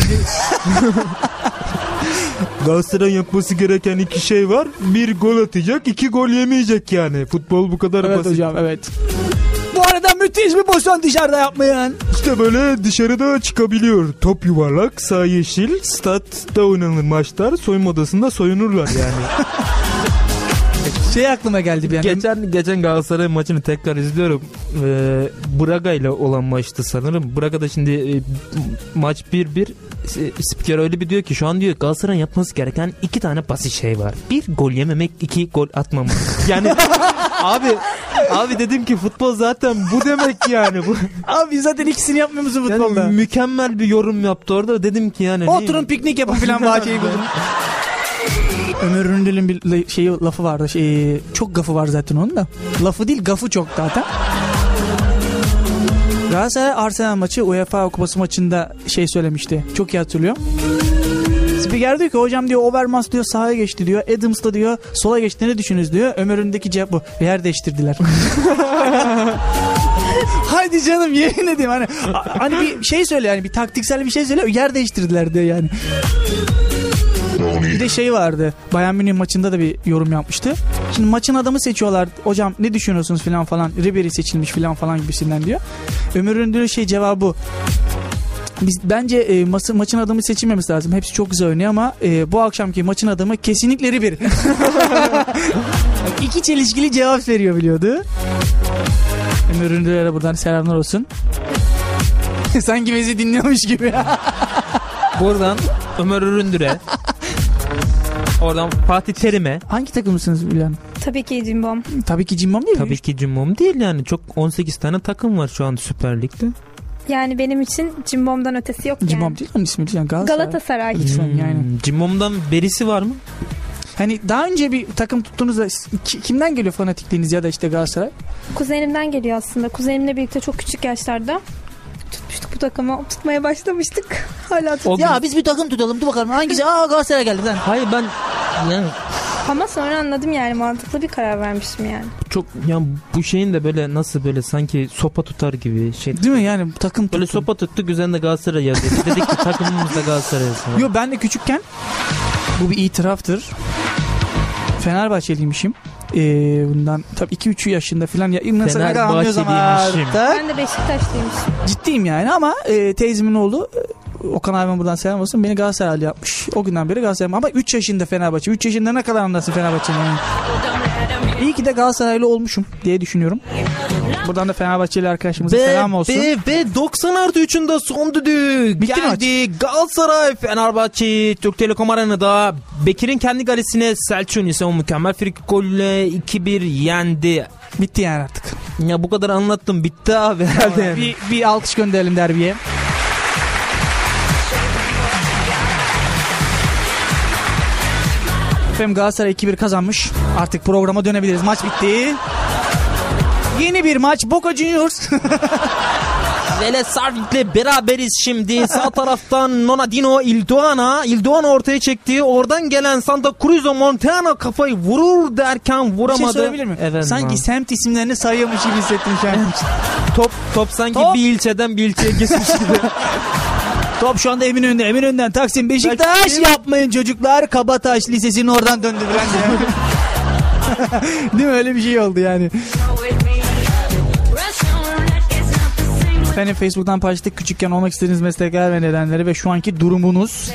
Galatasaray'ın yapması gereken iki şey var. Bir, gol atacak, iki gol yemeyecek yani. Futbol bu kadar Evet basit. hocam, evet. Bu arada müthiş bir pozisyon dışarıda yapmayan. İşte böyle dışarıda çıkabiliyor. Top yuvarlak, sağ yeşil. Statta oynanır maçlar. Soyunma odasında soyunurlar yani. Şey aklıma geldi bir yani. Geçen, geçen Galatasaray maçını tekrar izliyorum. Ee, Braga ile olan maçtı sanırım. Braga'da şimdi e, maç bir bir. Spiker öyle bir diyor ki şu an diyor Galatasaray'ın yapması gereken iki tane basit şey var. Bir, gol yememek, iki, gol atmamak. Yani abi abi dedim ki futbol zaten bu demek yani. Bu, Abi zaten ikisini yapmıyor musun yani futbolda? mükemmel bir yorum yaptı orada. Dedim ki yani. Oturun piknik yapın filan bahçeyi buldum. Ömer Üründül'ün bir la- şeyi, lafı vardı. Şey, çok gafı var zaten onun da. Lafı değil, gafı çok zaten. Galatasaray Arsenal maçı UEFA Kupası maçında şey söylemişti. Çok iyi hatırlıyorum. Spiker diyor ki hocam diyor Overmars diyor sahaya geçti diyor. Adams da diyor sola geçti, ne düşünürüz diyor. Ömer Üründül'deki cevap bu. Yer değiştirdiler. Haydi canım, yemin edeyim hani hani bir şey söyle yani, bir taktiksel bir şey söyle, yer değiştirdiler diyor yani. Bir de şey vardı. Bayern Münih maçında da bir yorum yapmıştı. Şimdi maçın adamı seçiyorlar. Hocam ne düşünüyorsunuz falan falan. Ribery seçilmiş falan falan gibisinden diyor. Ömer Üründül'ün şey cevabı bu. Biz bence e, maçı, maçın adamı seçilmemesi lazım. Hepsi çok güzel oynuyor ama e, bu akşamki maçın adamı kesinlikle Ribery. İki çelişkili cevap veriyor biliyordu. Ömer Üründül'e buradan selamlar olsun. Sanki bizi dinliyormuş gibi. Buradan Ömer Üründür'e, oradan Fatih Terim'e. Hangi takımlısınız Hülya Hanım? Tabii ki Cimbom. Tabii ki Cimbom değil mi? Tabii ki Cimbom değil yani. Çok on sekiz tane takım var şu an Süper Lig'de. Yani benim için Cimbom'dan ötesi yok Cimbom yani. değil onun ismi, yani Galatasaray. Galatasaray. Lütfen Hmm, yani. Cimbom'dan berisi var mı? Hani daha önce bir takım tuttuğunuzda ki- kimden geliyor fanatikliğiniz ya da işte Galatasaray? Kuzenimden geliyor aslında. Kuzenimle birlikte çok küçük yaşlarda tutmuştuk bu takımı. Tutmaya başlamıştık. Hala tut. O Ya biz bir takım tutalım, dur bakalım hangisi? Aa Galatasaray geldi falan. Hayır ben yani Ama sonra anladım yani, mantıklı bir karar vermiştim yani. çok yani bu şeyin de böyle nasıl böyle sanki sopa tutar gibi şey. Değil mi yani takım Böyle tuttum. sopa tuttuk üzerinde Galatasaray yazıyor. Dedik ki takımımızda Galatasaray yazıyor. Yo, ben de küçükken bu bir itiraftır. Fenerbahçeliymişim. Ee, bundan tabii iki üç yaşında falan ya nasıl ne kadar anlıyoruz ama Fenerbahçeliymişim. artık. Ben de Beşiktaşlıyım. Ciddiyim yani ama e, teyzemin oğlu e, Okan abime buradan selam olsun, beni Galatasaraylı yapmış. O günden beri Galatasaray ama üç yaşında Fenerbahçe. üç yaşında ne kadar anlarsın Fenerbahçe'nin yani. İyi ki de Galatasaraylı olmuşum diye düşünüyorum. Buradan da Fenerbahçeli arkadaşımıza selam olsun. Ve, ve doksan artı üçün de son düdük. Bitti mi Geldi Galatasaray Fenerbahçe Türk Telekom Arena'da Bekir'in kendi galesine Selçuk'un ise o mükemmel frikik golle iki bir yendi. Bitti yani artık. Ya bu kadar anlattım, bitti abi herhalde. Bir, bir alkış gönderelim derbiye. Efendim Galatasaray iki bir kazanmış. Artık programa dönebiliriz. Maç bitti. Yeni bir maç. Boca Juniors. Vélez Sarsfield'le beraberiz şimdi. Sağ taraftan Nonadino Ildoğan'a. Ildoğan'ı ortaya çekti. Oradan gelen Santa Cruz Montana kafayı vurur derken Bir vuramadı. şey söyleyebilir miyim? Evet, Sanki abi. semt isimlerini sayıyormuş gibi hissettim şu an. Top top sanki Top. bir ilçeden bir ilçeye geçmiş gibi. Top şu anda Eminönü'nde. Eminönü'nden Taksim Beşiktaş. Taksim. Yapmayın çocuklar. Kabataş Lisesi'nin oradan döndü falan diye. Değil mi? Öyle bir şey oldu yani. Russian roulette is not the same Efendim Facebook'tan paylaştık küçükken olmak istediğiniz meslekler ve nedenleri ve şu anki durumunuz.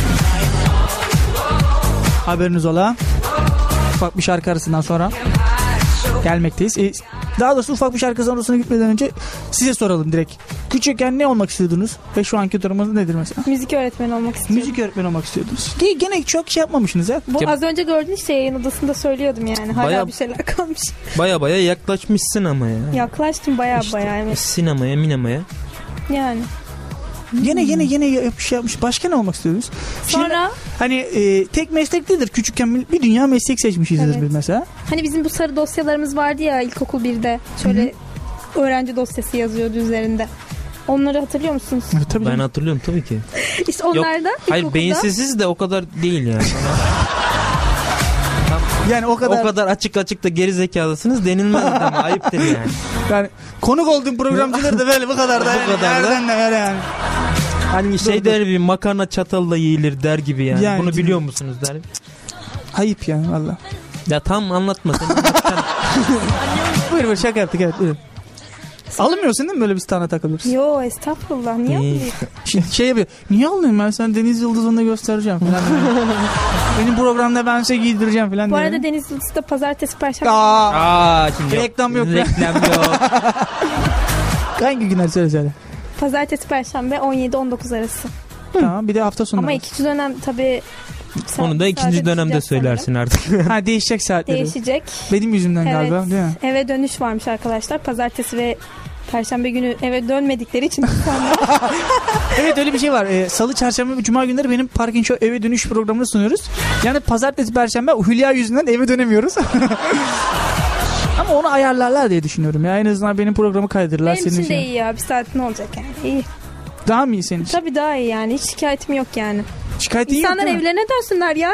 Haberiniz ola. Ufak bir şarkı arasından sonra gelmekteyiz. E, daha doğrusu ufak bir şarkı arasına gitmeden önce size soralım direkt. Küçükken ne olmak istiyordunuz ve şu anki durumunuz nedir mesela? Müzik öğretmeni olmak istiyorum. Müzik öğretmeni olmak istiyordunuz. Ge- Gene çok şey yapmamışsınız ya. Bu Ya- az önce gördüğünüz şey yayın odasında söylüyordum yani. Hala Bayağı- bir şeyler kalmış. Baya baya yaklaşmışsın ama ya. Yaklaştım baya İşte baya evet. Sinemaya minemaya. Yani. Gene gene gene yapmış yapmış. Başka ne olmak istiyordunuz? Şimdi Sonra hani e, tek meslek değildir. Küçükken bir dünya meslek seçmişizdir Evet. biz mesela. hani bizim bu sarı dosyalarımız vardı ya ilkokul birde. Şöyle öğrenci dosyası yazıyordu üzerinde. Onları hatırlıyor musunuz? Evet, tabii Ben canım. hatırlıyorum tabii ki. İşte onlardan Hayır ilkokulda beyinsiziz de o kadar değil yani. Yani o kadar, O kadar açık açık da geri zekalısınız denilmez ama ayıptır yani. yani konuk olduğum programcıları da böyle bu kadar da. Bu kadar da. Nereden de öyle yani. Hani şey der bir makarna çatalla yiyilir der gibi yani. Yani. Bunu biliyor musunuz der. Ayıp yani valla. Ya tam anlatma sen. anlatacaksın. Buyur buyur şaka yaptık evet buyur. Alınmıyorsun değil mi böyle bir tane takılırız? Yo estağfurullah niye İyi. almayayım? Şimdi şey yapıyor. Niye alınayım ben sen Deniz Yıldızı'nda göstereceğim falan. Benim programda ben size giydireceğim falan. Bu diye. arada Deniz Yıldız'da pazartesi perşembe. Aa, Aa şimdi yok. Reklam yok. Reklam yok. hangi günler söyle söyle. Pazartesi perşembe on yedi on dokuz arası. Tamam bir de hafta sonu. Ama ikinci dönem tabii Onu da ikinci dönemde söylersin artık. Ha değişecek saatleri. Değişecek. Benim yüzümden Evet. galiba değil mi? Eve dönüş varmış arkadaşlar. Pazartesi ve Perşembe günü eve dönmedikleri için insanlar. Evet öyle bir şey var. Ee, Salı, Çarşamba ve Cuma günleri benim Parking Show eve dönüş programını sunuyoruz. Yani Pazartesi, Perşembe Hülya yüzünden eve dönemiyoruz. Ama onu ayarlarlar diye düşünüyorum. Ya en azından benim programı kaydırırlar. Benim senin için de şey. iyi ya. Bir saat ne olacak yani? İyi. Daha mı iyi senin için? Tabii daha iyi yani. Hiç şikayetim yok yani. Şikayetin yok İnsanlar değil mi? evlerine dönsünler ya.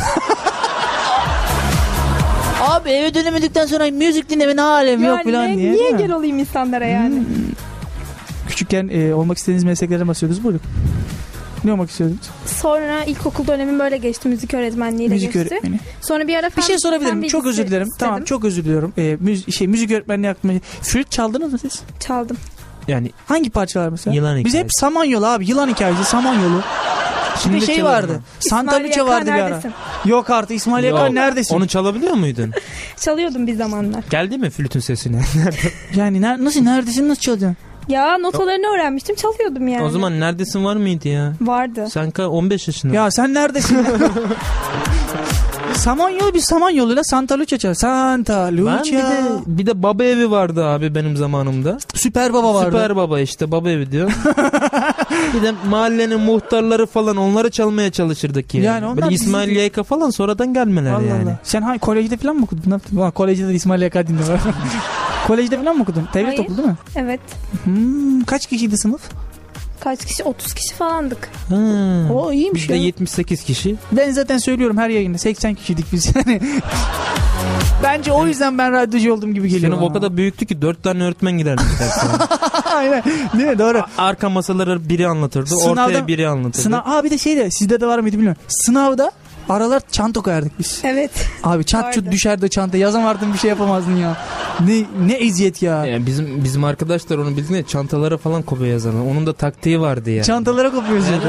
Abi eve dönemedikten sonra müzik dinleme ne alem yok Yani falan ne- diye. niye değil mi? gel olayım insanlara yani? Hmm. Küçükken e, olmak istediğiniz mesleklerden bahsediyoruz. Buyurun. Ne olmak istiyordunuz? Sonra ilkokul dönemim böyle geçti. Müzik öğretmenliğiyle Müzik geçti. öğretmeni. Sonra bir ara Bir şey fen- sorabilir fen miyim? Çok bilgisi özür dilerim. istedim. Tamam çok özür diliyorum. E, müzik, şey, müzik öğretmenliği aklıma... Flüt çaldınız mı siz? Çaldım. Yani Hangi parçalar mesela? Yılan Biz hikayesi. hep Samanyolu abi. Yılan hikayesi Samanyolu. Şimdi Şimdi şey çalarım vardı. ben. Santa İsmail Lucia Yaka vardı bir ara. neredesin? Yok artık İsmail Yok. Yakan neredesin? Onu çalabiliyor muydun? Çalıyordum bir zamanlar. Geldi mi flütün sesine? Yani ner- nasıl neredesin nasıl çalacaksın? Ya notalarını öğrenmiştim. Çalıyordum yani. O zaman neredesin var mıydı ya? Vardı. Sen ka- on beş yaşında. Ya sen neredesin? Samanyolu bir Samanyolu'yla Santa Lucia çal. Santa Ben bir Lucia. de, bir de baba evi vardı abi benim zamanımda. Süper Baba vardı. Süper baba işte baba evi diyor. Bir de mahallenin muhtarları falan onları çalmaya çalışırdık yani. Yani onlar Böyle bizim- İsmail Yayka falan sonradan gelmeler Allah yani. Allah. Sen hangi kolejde falan mı okudun? Ne yaptın? Ulan kolejde de İsmail Yaka dinliyor. Kolejde falan mı okudun? Devlet Hayır. okulu değil mi? Evet. Hmm, kaç kişiydi sınıf? Kaç kişi? otuz kişi falandık. Ha. O iyiymiş Biz de ya. yetmiş sekiz kişi. Ben zaten söylüyorum her yayında seksen kişiydik biz yani. Bence o yüzden ben radyocu oldum gibi geliyor. Sınıf o kadar büyüktü ki dört tane öğretmen giderdi derse. Aynen. Değil mi? Doğru. Arka masaları biri anlatırdı, Sınavda- ortaya biri anlatırdı. Sınav, abi de şey de sizde de var mıydı bilmiyorum. Sınavda aralar çanta koyardık biz. Evet. Abi çat çut Vardı. düşerdi çanta. Yazamardın bir şey yapamazdın ya. Ne ne eziyet ya. Yani bizim bizim arkadaşlar onu bildiğinde çantalara falan kopya yazarlar. Onun da taktiği vardı ya. Çantalara kopuyoruz ya.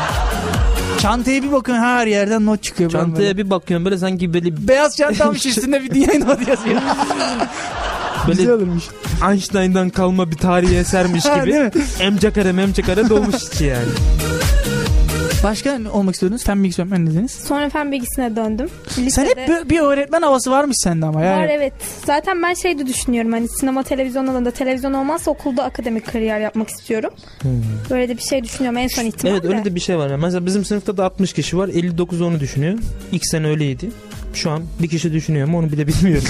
Çantaya bir bakın her yerden not çıkıyor. Çantaya böyle. bir bakıyorum böyle sanki böyle Beyaz çantamış üstünde bir dünya not yazıyor. Güzel böyle olurmuş. Einstein'dan kalma bir tarihi esermiş Ha, değil gibi. mi? Emcakare memcakare dolmuş içi yani. Başka ne olmak istiyordunuz? Fen bilgisi öğretmeni dediniz. Sonra fen bilgisine döndüm. Sen Lisede... hep bir, bir öğretmen havası varmış sende ama yani. Var evet. Zaten ben şey de düşünüyorum hani sinema televizyon alanında televizyon olmazsa okulda akademik kariyer yapmak istiyorum. Böyle de bir şey düşünüyorum en son ihtimalle. Evet öyle de bir şey var. Mesela bizim sınıfta da altmış kişi var. elli dokuz onu düşünüyor. İlk sene öyleydi. Şu an bir kişi düşünüyor ama onu bile bilmiyorum.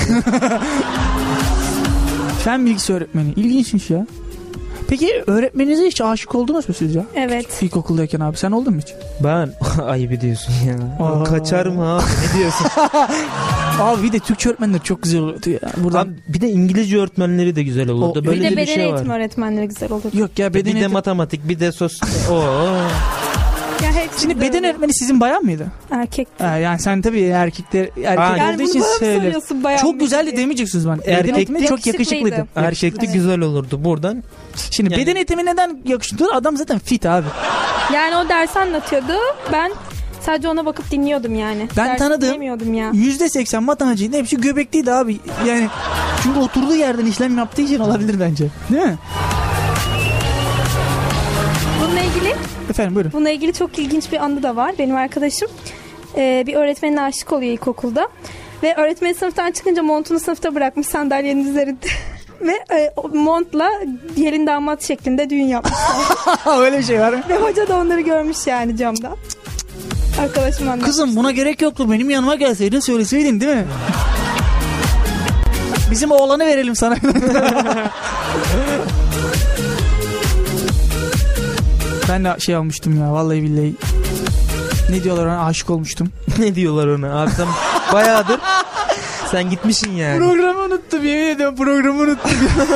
Fen bilgisi öğretmeni. İlginçmiş ya. Peki öğretmeninize hiç aşık oldunuz mu siz ya? Evet. İlkokuldayken abi sen oldun mu hiç? Ben ayıp ediyorsun ya. Aa. Kaçar mı abi? Ne diyorsun? Abi bir de Türkçe öğretmenler çok güzel oluyordu ya. Buradan Abi, bir de İngilizce öğretmenleri de güzel olurdu. O- Böyle Bir de bir beden şey eğitimi var. öğretmenleri güzel olur. yok ya beden Bir de eğitim- matematik, bir de sos... Oo. Ya hepsi Şimdi güzel beden oluyor. öğretmeni sizin bayan mıydı? Erkek. Ha, yani sen tabii erkekler erkek Ha, olduğu Yani bunu için bana mı söyle. soruyorsun bayan Çok mı güzeldi diye? demeyeceksiniz bana. Beden Erkek- eğitmeni çok yakışıklıydı. yakışıklıydı. Erkekte Evet. güzel olurdu buradan. Şimdi Yani- beden eğitimi neden yakışıklı? Adam zaten fit abi. Yani o ders anlatıyordu. Ben sadece ona bakıp dinliyordum yani. Ben Ders tanıdım. dinlemiyordum ya. yüzde seksen matematiğin hepsi göbekliydi abi. Yani çünkü oturduğu yerden işlem yaptığı için olabilir bence. Değil mi? Bununla ilgili Efendim buyurun. bununla ilgili çok ilginç bir anı da var. Benim arkadaşım e, bir öğretmenine aşık oluyor ilkokulda. Ve öğretmen sınıftan çıkınca montunu sınıfta bırakmış sandalyenin üzerinde. Ve e, o montla gelin damat şeklinde düğün yapmış. Öyle bir şey var mı? Ve hoca da onları görmüş yani camdan. Arkadaşım anlattı. Kızım buna gerek yoktu. Benim yanıma gelseydin söyleseydin değil mi? Bizim oğlanı verelim sana. Ben de şey almıştım ya vallahi billahi. Ne diyorlar ona, aşık olmuştum. Ne diyorlar ona? Abi sen bayağıdır sen gitmişsin yani. Programı unuttum, yemin ediyorum programı unuttum.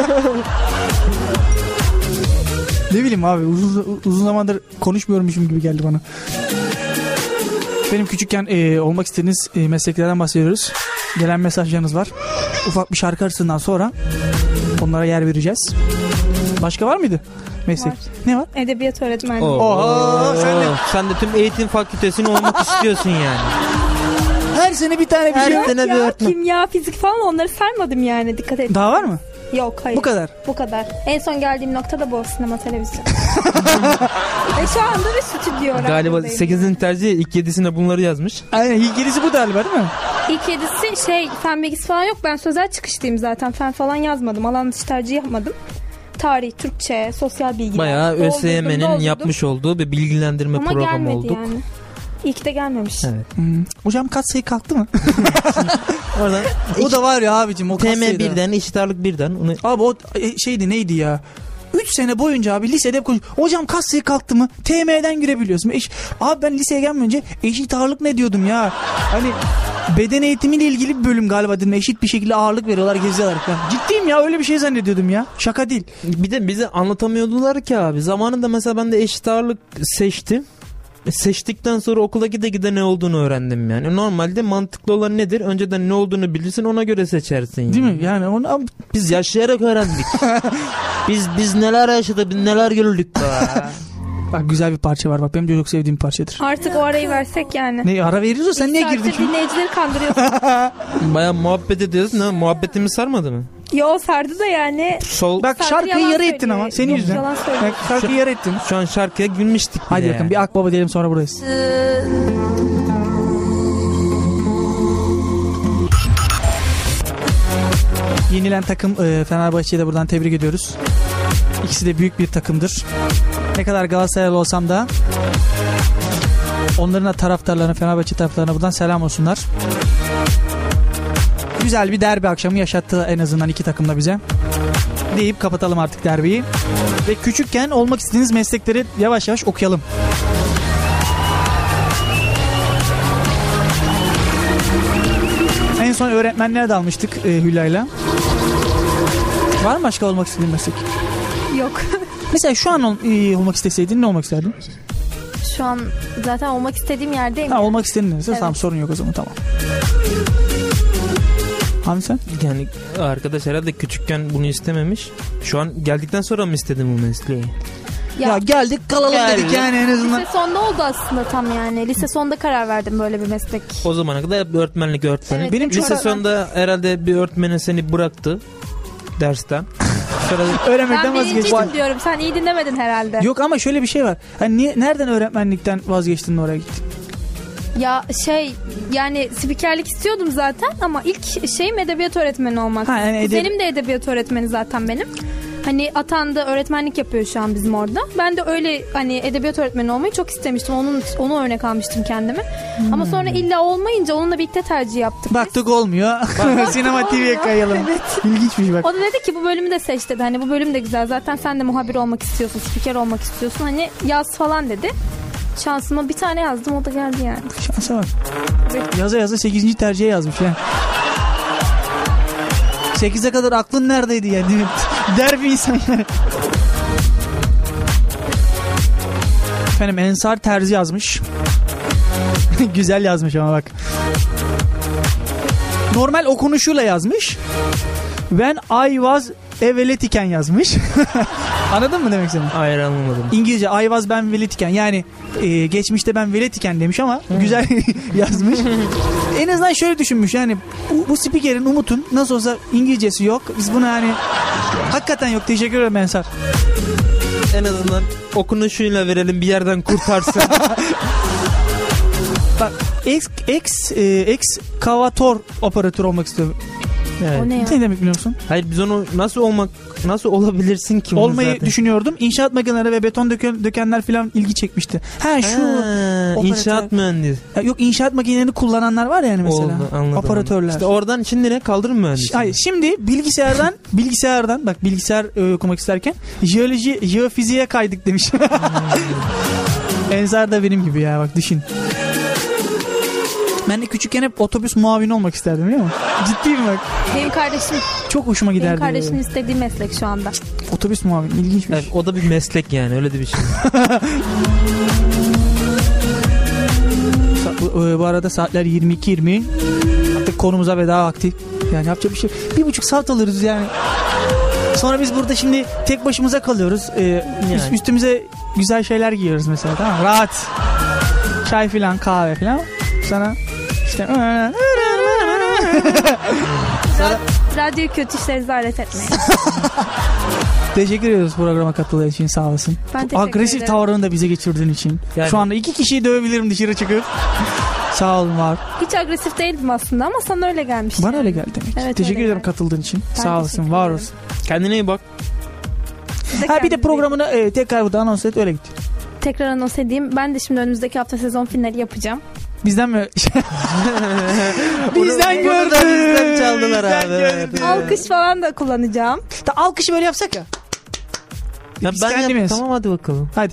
Ne bileyim abi, uzun, uzun zamandır konuşmuyormuşum gibi geldi bana. Benim küçükken e, olmak istediğiniz e, mesleklerden bahsediyoruz. Gelen mesajlarınız var. Ufak bir şarkı arasından sonra onlara yer vereceğiz. Başka var mıydı meslek? Var. Ne var? Edebiyat öğretmenliği. Oo. Oha, sen de- Sen de tüm eğitim fakültesini olmak istiyorsun yani. Her sene bir tane bir Her şey. sene bir Ya öğretmen. kimya, fizik falan onları sarmadım yani, dikkat et. Daha var mı? Yok hayır. Bu kadar. Bu kadar. En son geldiğim nokta da bu, sinema televizyon. Ve şu anda bir stüdyo Galiba öğretmeniyim. sekizin tercihi ilk yedisine bunları yazmış. Aynen, ilgilisi bu galiba değil mi? İlk yedisi şey, fen bilgisi falan yok. Ben sözel çıkışlıyım zaten. Fen falan yazmadım. Alan dışı tercih yapmadım. Tarih, Türkçe, sosyal bilgi. Bayağı ÖSYM'nin yapmış olduğu bir bilgilendirme ama programı gelmedi olduk. yani. İlk de gelmemiş. Evet. Hmm. Hocam katsayı kalktı mı? Oradan O da var ya abicim, o T M katsayı da. birden eşit ağırlık birden. Onu Abi o e, şeydi, neydi ya? üç sene boyunca abi lisede hep konuş. Hocam katsayı kalktı mı? T M'den girebiliyorsun. Eş... Abi ben liseye gelmeden önce eşit ağırlık ne diyordum ya? Hani beden eğitimiyle ilgili bir bölüm galiba dedim. Eşit bir şekilde ağırlık veriyorlar, geziyorlar. Ya, ciddiyim ya, öyle bir şey zannediyordum ya. Şaka değil. bir de bize anlatamıyordular ki abi. Zamanında mesela ben de eşit ağırlık seçtim. E, Seçtikten sonra okula gide gide ne olduğunu öğrendim yani. Normalde mantıklı olan nedir? Önceden ne olduğunu bilirsin, ona göre seçersin. Yani. Değil mi? Yani onu Biz yaşayarak öğrendik. biz biz neler yaşadık, biz neler gördük be. bak güzel bir parça var, bak benim de çok sevdiğim bir parçadır. Artık o arayı versek yani. Ne ara veriyoruz da sen niye Saattir girdin şimdi? dinleyicileri kandırıyorsun. Baya muhabbet ediyoruz. Ne? Muhabbetimiz sarmadı mı? Yo, sardı da yani. Sol. Bak Saattir şarkıyı yalan yarı ettin söylüyor. ama senin Yok, yüzünden. yalan söylüyor. Bak şarkıyı yarı ettin. Şu an şarkıya gülmüştük. Hadi bile bakalım yani. bir Akbaba diyelim, sonra buradayız. Yenilen takım e, Fenerbahçe'yi de buradan tebrik ediyoruz. İkisi de büyük bir takımdır. Ne kadar Galatasaraylı olsam da onların da taraftarlarına, Fenerbahçe taraftarlarına buradan selam olsunlar. Güzel bir derbi akşamı yaşattı en azından iki takım da bize. Deyip kapatalım artık derbiyi. Ve küçükken olmak istediğiniz meslekleri yavaş yavaş okuyalım. En son öğretmenliğe dalmıştık e, Hülya'yla. Var mı başka olmak istediğin meslek? Yok. Mesela şu an ol, e, olmak isteseydin ne olmak isterdin? Şu an zaten olmak istediğim yerdeyim. Ha, olmak istediğin neyse Evet. tamam, sorun yok o zaman, tamam. Abi sen? Yani arkadaş herhalde küçükken bunu istememiş. Şu an geldikten sonra mı istedin bu mesleği? Ya, Ya, geldik kalalım Geldik. dedik yani en azından. lise sonda oldu aslında tam yani. Lise sonda karar verdim böyle bir meslek. O zamana kadar hep öğretmenlik öğretmenlik. Evet, Benim çok- Lise sonunda herhalde bir öğretmenin seni bıraktı dersten. Sonra Öğrenmekten Ben vazgeçtim. birinciydim diyorum. Sen iyi dinlemedin herhalde. Yok ama şöyle bir şey var. Hani niye, nereden öğretmenlikten vazgeçtin de oraya gittin? Ya şey, yani spikerlik istiyordum zaten ama ilk şeyim edebiyat öğretmeni olmak. Ha, yani edeb- Kuzenim de edebiyat öğretmeni zaten benim. Hani atandı, öğretmenlik yapıyor şu an bizim orada. Ben de öyle hani edebiyat öğretmeni olmayı çok istemiştim. Onun onu örnek almıştım kendime. Hmm. Ama sonra illa olmayınca onunla birlikte tercih yaptık. Baktık olmuyor. Sinema T V'ye olmuyor. kayalım. İlginçmiş bak. O da dedi ki bu bölümü de seç dedi. Hani bu bölüm de güzel. Zaten sen de muhabir olmak istiyorsun, spiker olmak istiyorsun. Hani yaz falan dedi. Şansıma bir tane yazdım, o da geldi yani. Şansa bak. Yaza yaza sekizinci tercihe yazmış ya. sekize kadar aklın neredeydi yani? Der bir insan yani. Efendim Ensar Terzi yazmış. Güzel yazmış ama bak. Normal okunuşuyla yazmış. When I was a veletiken yazmış. Anladın mı demek istediğimi? Hayır, anlamadım. İngilizce I was ben veletiken, yani e, geçmişte ben veletiken demiş ama güzel yazmış. En azından şöyle düşünmüş, yani bu, bu spikerin, Umut'un nasıl olsa İngilizcesi yok. Biz bunu yani hakikaten yok. Teşekkür ederim Ensar. En azından okunuşuyla verelim, bir yerden kurtarsın. Bak ex ex e, ekskavator operatörü olmak istiyorum. Evet. O ne ya? Ne demek biliyor musun? Hayır, biz onu nasıl olmak nasıl olabilirsin ki? Olmayı zaten düşünüyordum. İnşaat makineleri ve beton döken, dökenler falan ilgi çekmişti. Ha şu Ha, operatör. inşaat mühendisi. Ya yok, inşaat makinelerini kullananlar var yani mesela. Oldu, anladım. Operatörler. İşte oradan şimdi ne, kaldırım mühendisi? Ş- Hayır, şimdi bilgisayardan bilgisayardan bak bilgisayar e, okumak isterken jeoloji, jeofiziğe kaydık demiş. Ensar da benim gibi ya, bak düşün. Ben de küçükken hep otobüs muavini olmak isterdim, biliyor musun? Ciddiyim bak. Benim kardeşim, Çok hoşuma giderdi. benim kardeşimin istediği meslek şu anda. Otobüs muavini ilginçmiş. Evet, o da bir meslek yani, öyle de bir şey. Bu, bu arada saatler yirmi iki yirmi. Artık konumuza veda vakti. Yani yapacak bir şey. Bir buçuk saat alırız yani. Sonra biz burada şimdi tek başımıza kalıyoruz. Ee, Yani. üst- üstümüze güzel şeyler giyiyoruz mesela, tamam mı? Rahat. Çay filan, kahve filan. Sana işte Ra- Radyoyu kötü işlerinize alet etmeyin. teşekkür ediyoruz programa katıldığın için, sağ olasın. Ben teşekkür Agresif ederim. tavrını da bize geçirdiğin için. Yani- Şu anda iki kişiyi dövebilirim dışarı çıkıp. Sağ olun, var. Hiç agresif değildim aslında ama sana öyle gelmiş. Bana yani. öyle geldi demek. Evet, teşekkür öyle ederim geldi. katıldığın için. Ben Sağ olasın, teşekkür var ederim. olsun. Kendine iyi bak. Siz de Ha bir de kendinize- programını e, tekrar burada anons et, öyle git. tekrar anons edeyim. Ben de şimdi önümüzdeki hafta sezon finali yapacağım. Bizden mi? bizden Bunu da gördüm. bizden çaldılar Bizden abi. gördüm. Alkış falan da kullanacağım. Da alkışı böyle yapsak ya. Ya Biz ben yap- kendimiz. Tamam, hadi bakalım. Hadi.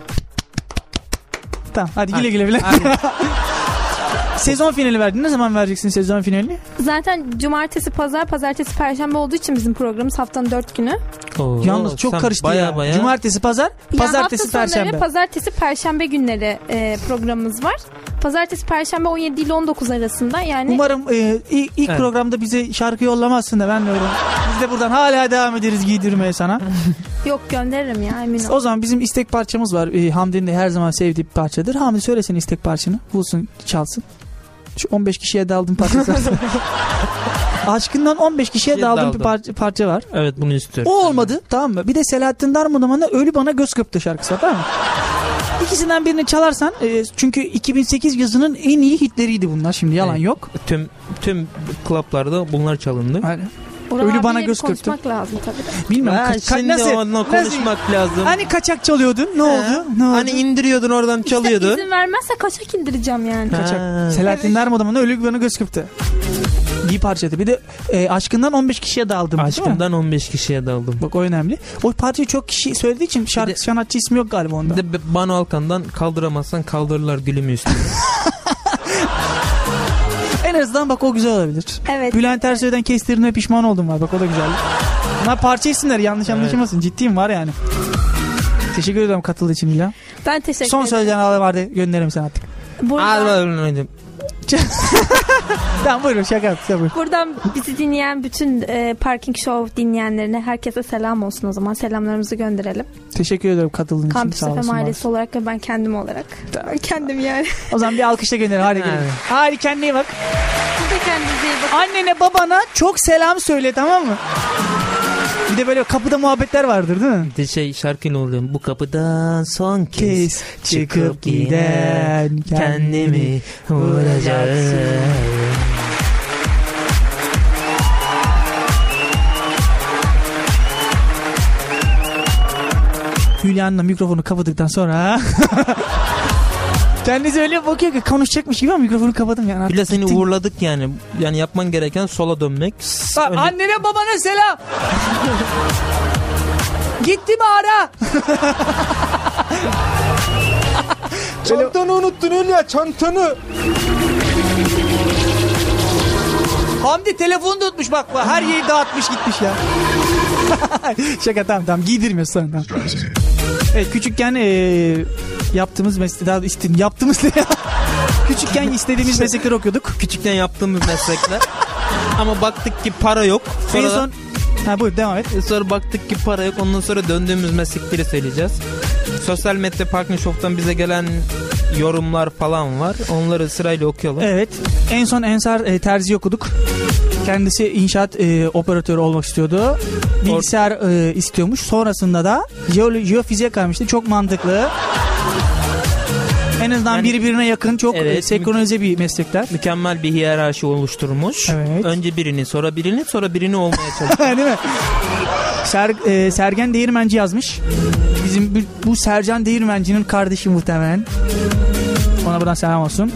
Tamam hadi güle Hadi. güle bile. Hadi. Sezon finali verdin. Ne zaman vereceksin sezon finalini? Zaten cumartesi, pazar, pazartesi, perşembe olduğu için bizim programımız haftanın dört günü. Oo, Yalnız çok sen karıştı baya ya. Baya. Cumartesi, pazar, Yani pazartesi, hafta sonları perşembe. pazartesi, perşembe günleri e, programımız var. Pazartesi, perşembe on yedi ile on dokuz arasında yani. Umarım e, ilk, ilk Evet. programda bize şarkı yollamazsın da ben de öyle. Biz de buradan hala devam ederiz giydirmeye sana. Yok, gönderirim ya, emin ol. O zaman bizim istek parçamız var. E, Hamdi'nin de her zaman sevdiği bir parçadır. Hamdi söylesin istek parçanı. Bulsun, çalsın. Şu on beş kişiye daldığım parçası var. Aşkından on beş kişiye Kişiye daldığım daldım. bir parça, parça var. Evet, bunu istiyorum. O olmadı, tamam mı? Bir de Selahattin Darman'ın Ölü Bana Göz Kırptı şarkısı var, tamam mı? İkisinden birini çalarsan e, çünkü iki bin sekiz yazının en iyi hitleriydi bunlar, şimdi yalan Evet. yok. Tüm tüm klaplarda bunlar çalındı. Aynen. Ural Ölü bana abiyle bir göz kırptı. konuşmak lazım tabii de. Bilmiyorum. Ha, ka- ka- şimdi nasıl, onunla nasıl- konuşmak lazım. Hani kaçak çalıyordun? Ne oldu? Ne oldu? Hani indiriyordun oradan, çalıyordu. İşte izin vermezse kaçak indireceğim yani. Ha. Kaçak. Selahattin Darman'ın Ölü Bana Göz Kırptı. İyi parçaydı. Bir de e, Aşkından on beş kişiye daldım. değil mi? Aşkımdan on beş kişiye daldım. Bak o önemli. O parçayı çok kişi söylediği için şarkı de- sanatçı ismi yok galiba onda. Bir de Banu Alkan'dan kaldıramazsan kaldırırlar gülümü üstüne. En azından bak o güzel olabilir. Evet. Bülent Ersoy'dan kestirme pişman oldum var. Bak o da güzel. Bunlar parça isimleri, yanlış Evet. anlaşılmasın. Ciddiyim var yani. Teşekkür ederim katıldığı için İlhan. Ben teşekkür Son ederim. söyleyeceğin ağlar vardı. Gönderelim sen artık. Buradan, Tamam buyurun, şaka yap. Şaka buyur. buradan bizi dinleyen bütün e, Parking Show dinleyenlerine herkese selam olsun o zaman. Selamlarımızı gönderelim. Teşekkür ederim katıldığın için. Kampüs Sağ F olasın. M var ailesi olasın. olarak ve ben kendim olarak. Ben kendim yani. O zaman bir alkışla gönderelim. Hadi gelin. Evet. Hadi kendine iyi bak. Siz de kendinize iyi bakın. Annene babana çok selam söyle, tamam mı? Bir de böyle kapıda muhabbetler vardır değil mi? Bir de şey şarkıyla oluyor. Bu kapıdan son kez Kes çıkıp giden kendimi vuracağım. Hülya'nın da mikrofonu kapattıktan sonra kendisi öyle bakıyor ki konuşacakmış gibi ama mikrofonu kapadım yani. Bir de seni Gittin. uğurladık yani. Yani yapman gereken sola dönmek. Bak, Öyle- annene babana selam. Gitti mi ara? Çantanı unuttun Hülya, çantanı. Hamdi telefonu da unutmuş bak, bak her yeri dağıtmış gitmiş ya. Şaka, tamam tamam giydirmiyorsun, tamam. Evet, küçükken e, yaptığımız meslek, daha işte yaptığımız ne ya? Küçükken istediğimiz meslekleri okuyorduk. Küçükken yaptığımız meslekler. Ama baktık ki para yok. Sonra, En son ha buyur devam et. sonra baktık ki para yok. Ondan sonra döndüğümüz meslekleri söyleyeceğiz. Sosyal medya Parking Shop'tan bize gelen yorumlar falan var. Onları sırayla okuyalım. Evet. En son Ensar e, Terzi okuduk. Kendisi inşaat e, operatörü olmak istiyordu. Bilgisayar e, istiyormuş. Sonrasında da jeolo- jeofiziğe kaymıştı. Çok mantıklı. En azından Yani- birbirine yakın, çok Evet. e, senkronize bir meslekler. Mükemmel bir hiyerarşi oluşturmuş. Evet. Önce birini, sonra birini, sonra birini olmaya çalışıyor. Değil mi? Ser, e, Sergen Değirmenci yazmış. Bizim bu, bu Sercan Değirmenci'nin kardeşi muhtemelen. Ona buradan selam olsun.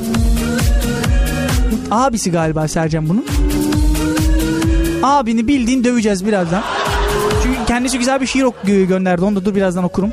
Abisi galiba Sercan bunun. Abini bildiğin döveceğiz birazdan. Çünkü kendisi güzel bir şiir ok- gönderdi. Onu da dur birazdan okurum.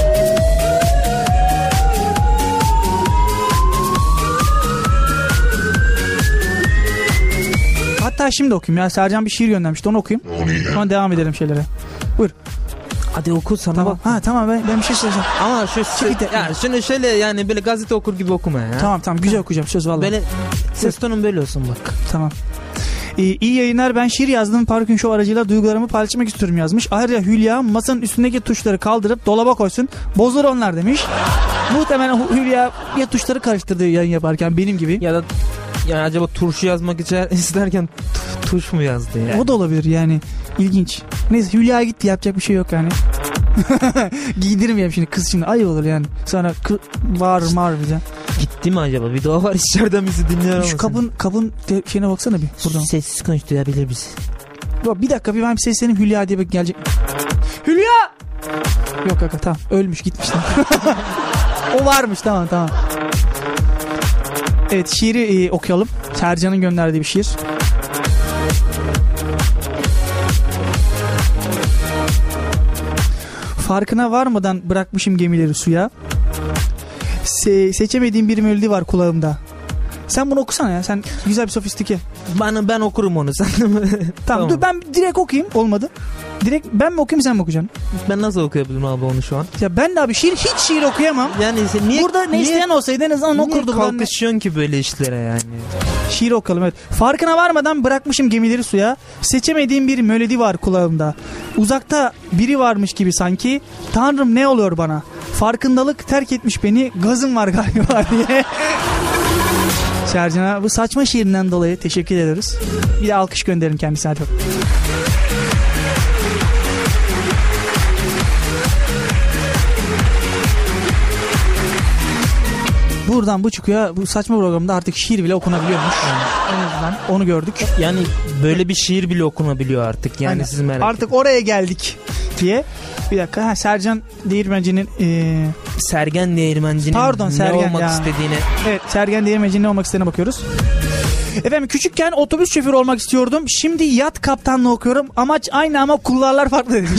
Hatta şimdi okuyayım ya. Sercan bir şiir göndermişti. Onu okuyayım. Sonra devam edelim şeylere. Buyur. Hadi oku sana Tamam. bak. Ha tamam ben, ben bir şey söyleyeceğim. Ama şu Çık git. ya şunu şöyle yani böyle gazete okur gibi okuma ya. Tamam tamam güzel okuyacağım söz vallahi. Böyle ses tonun böyle olsun bak. Tamam. Ee, iyi yayınlar, ben şiir yazdım. Parkın Show aracıyla duygularımı paylaşmak istiyorum yazmış. Ayrıca Hülya masanın üstündeki tuşları kaldırıp dolaba koysun. Bozulur onlar demiş. Muhtemelen Hülya ya tuşları karıştırdı yayın yaparken benim gibi. Ya da yani acaba turşu yazmak için isterken tu- tuş mu yazdı ya? O da olabilir yani. İlginç. Neyse Hülya gitti, yapacak bir şey yok yani. Giydirmeyeyim şimdi, kız şimdi ayıp olur yani. Sonra kı- var mar bize. Gitti mi acaba? Bir daha var içeriden bizi dinliyor Şu kapın kapın de- şeyine baksana bir buradan. Sessiz konuş duyabilir bizi. Bak, bir dakika bir ben bir sesleneyim, Hülya diye bak gelecek. Hülya! Yok yok tamam, ölmüş gitmiş. O varmış, tamam tamam. Evet, şiiri e, okuyalım. Sercan'ın gönderdiği bir şiir. Farkına varmadan bırakmışım gemileri suya. Se- seçemediğim bir melodi var kulağımda. Sen bunu okusana ya. Sen güzel bir sofistike. Ben, ben okurum onu sen de mi? Tamam, Tamam. dur ben direkt okuyayım. Olmadı. Direkt ben mi okuyayım sen mi okuyacaksın? Ben nasıl okuyabilirim abi onu şu an? Ya ben de abi şiir hiç şiir okuyamam. Yani sen niye, Burada ne niye, isteyen olsaydı en azından niye okurdu. Buradan ne- kalkışıyorsun ki böyle işlere yani? Şiir okuyalım evet. Farkına varmadan bırakmışım gemileri suya. Seçemediğim bir melodi var kulağımda. Uzakta biri varmış gibi sanki. Tanrım ne oluyor bana? Farkındalık terk etmiş beni. Gazım var galiba diye. Sercan'a bu saçma şiirinden dolayı teşekkür ederiz. Bir de alkış gönderin kendisine. Hadi bakalım. Buradan bu çıkıyor. Bu saçma programda artık şiir bile okunabiliyormuş. En azından onu gördük. Yani böyle bir şiir bile okunabiliyor artık. Yani Aynen. siz merak Artık oraya geldik diye. Bir dakika. Ha, Sercan Değirmenci'nin e, Sergen Değirmenci'nin Pardon, ne Sergen olmak ya. istediğine. evet Sergen Değirmenci'nin ne olmak istediğine bakıyoruz. Efendim küçükken otobüs şoförü olmak istiyordum. Şimdi yat kaptanlığı okuyorum. Amaç aynı ama kullarlar farklı demiş.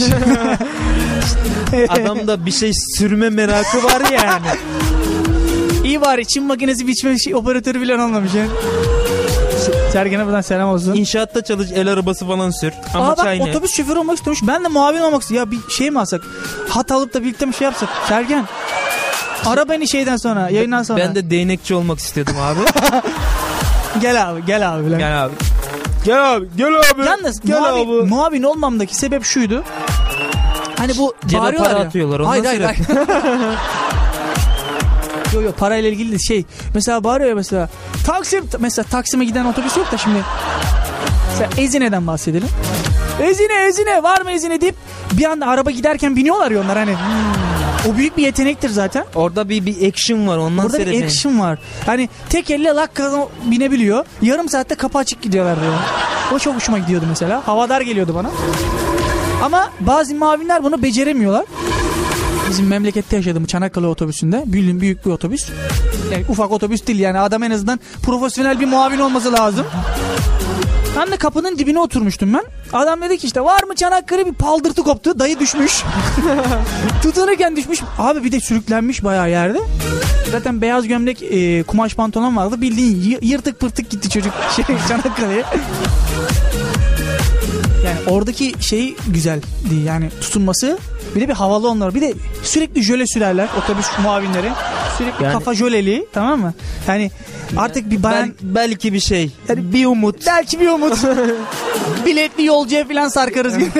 Adamda bir şey sürme merakı var yani. İyi bari Çin makinesi biçme şey, operatörü bile olmamış yani. Sergen'e buradan selam olsun. İnşaatta çalış, el arabası falan sür. Ama Aa bak aynı. otobüs şoförü olmak istemiş. Ben de muavin olmak istiyorum. Ya bir şey mi alsak? Hat alıp da birlikte bir şey yapsak? Sergen. Ara beni şeyden sonra, yayından sonra. Ben de değnekçi olmak istiyordum abi. Gel abi, gel abi. Gel. Gel abi. Gel abi, gel abi. Yalnız gel muavin, abi. muavin olmamdaki sebep şuydu. Hani bu Cebe bağırıyorlar para ya. atıyorlar, ondan Hayır hayır sonra- hayır. Yok yok, parayla ilgili de şey. Mesela bağırıyor ya mesela. Taksim, mesela Taksim'e giden otobüs yok da şimdi. Mesela Ezine'den bahsedelim. Ezine Ezine var mı Ezine deyip bir anda araba giderken biniyorlar ya onlar hani. Hmm. O büyük bir yetenektir zaten. Orada bir, bir action var ondan Burada bir seyredin. action var. Hani tek elle lakka binebiliyor. Yarım saatte kapı açık gidiyorlar diyor. O çok hoşuma gidiyordu mesela. Havadar geliyordu bana. Ama bazı mavinler bunu beceremiyorlar. Bizim memlekette yaşadığım Çanakkale otobüsünde. Büyük, büyük bir otobüs. Yani ufak otobüs değil yani. Adam en azından profesyonel bir muavin olması lazım. Ben de kapının dibine oturmuştum ben. Adam dedi ki işte var mı Çanakkale, bir paldırtı koptu. Dayı düşmüş. Tutunurken düşmüş. Abi bir de sürüklenmiş bayağı yerde. Zaten beyaz gömlek, e, kumaş pantolon vardı. Bildiğin y- yırtık pırtık gitti çocuk şey, Çanakkale'ye. Yani oradaki şey güzeldi. Yani tutunması Bir de bir havalı onlar. Bir de sürekli jöle sürerler otobüs muavinleri. Sürekli Yani- kafa jöleli, tamam mı? Yani artık bir bayan... Bel- belki bir şey. Yani- bir umut. Belki bir umut. Biletli yolcuya falan sarkarız gibi.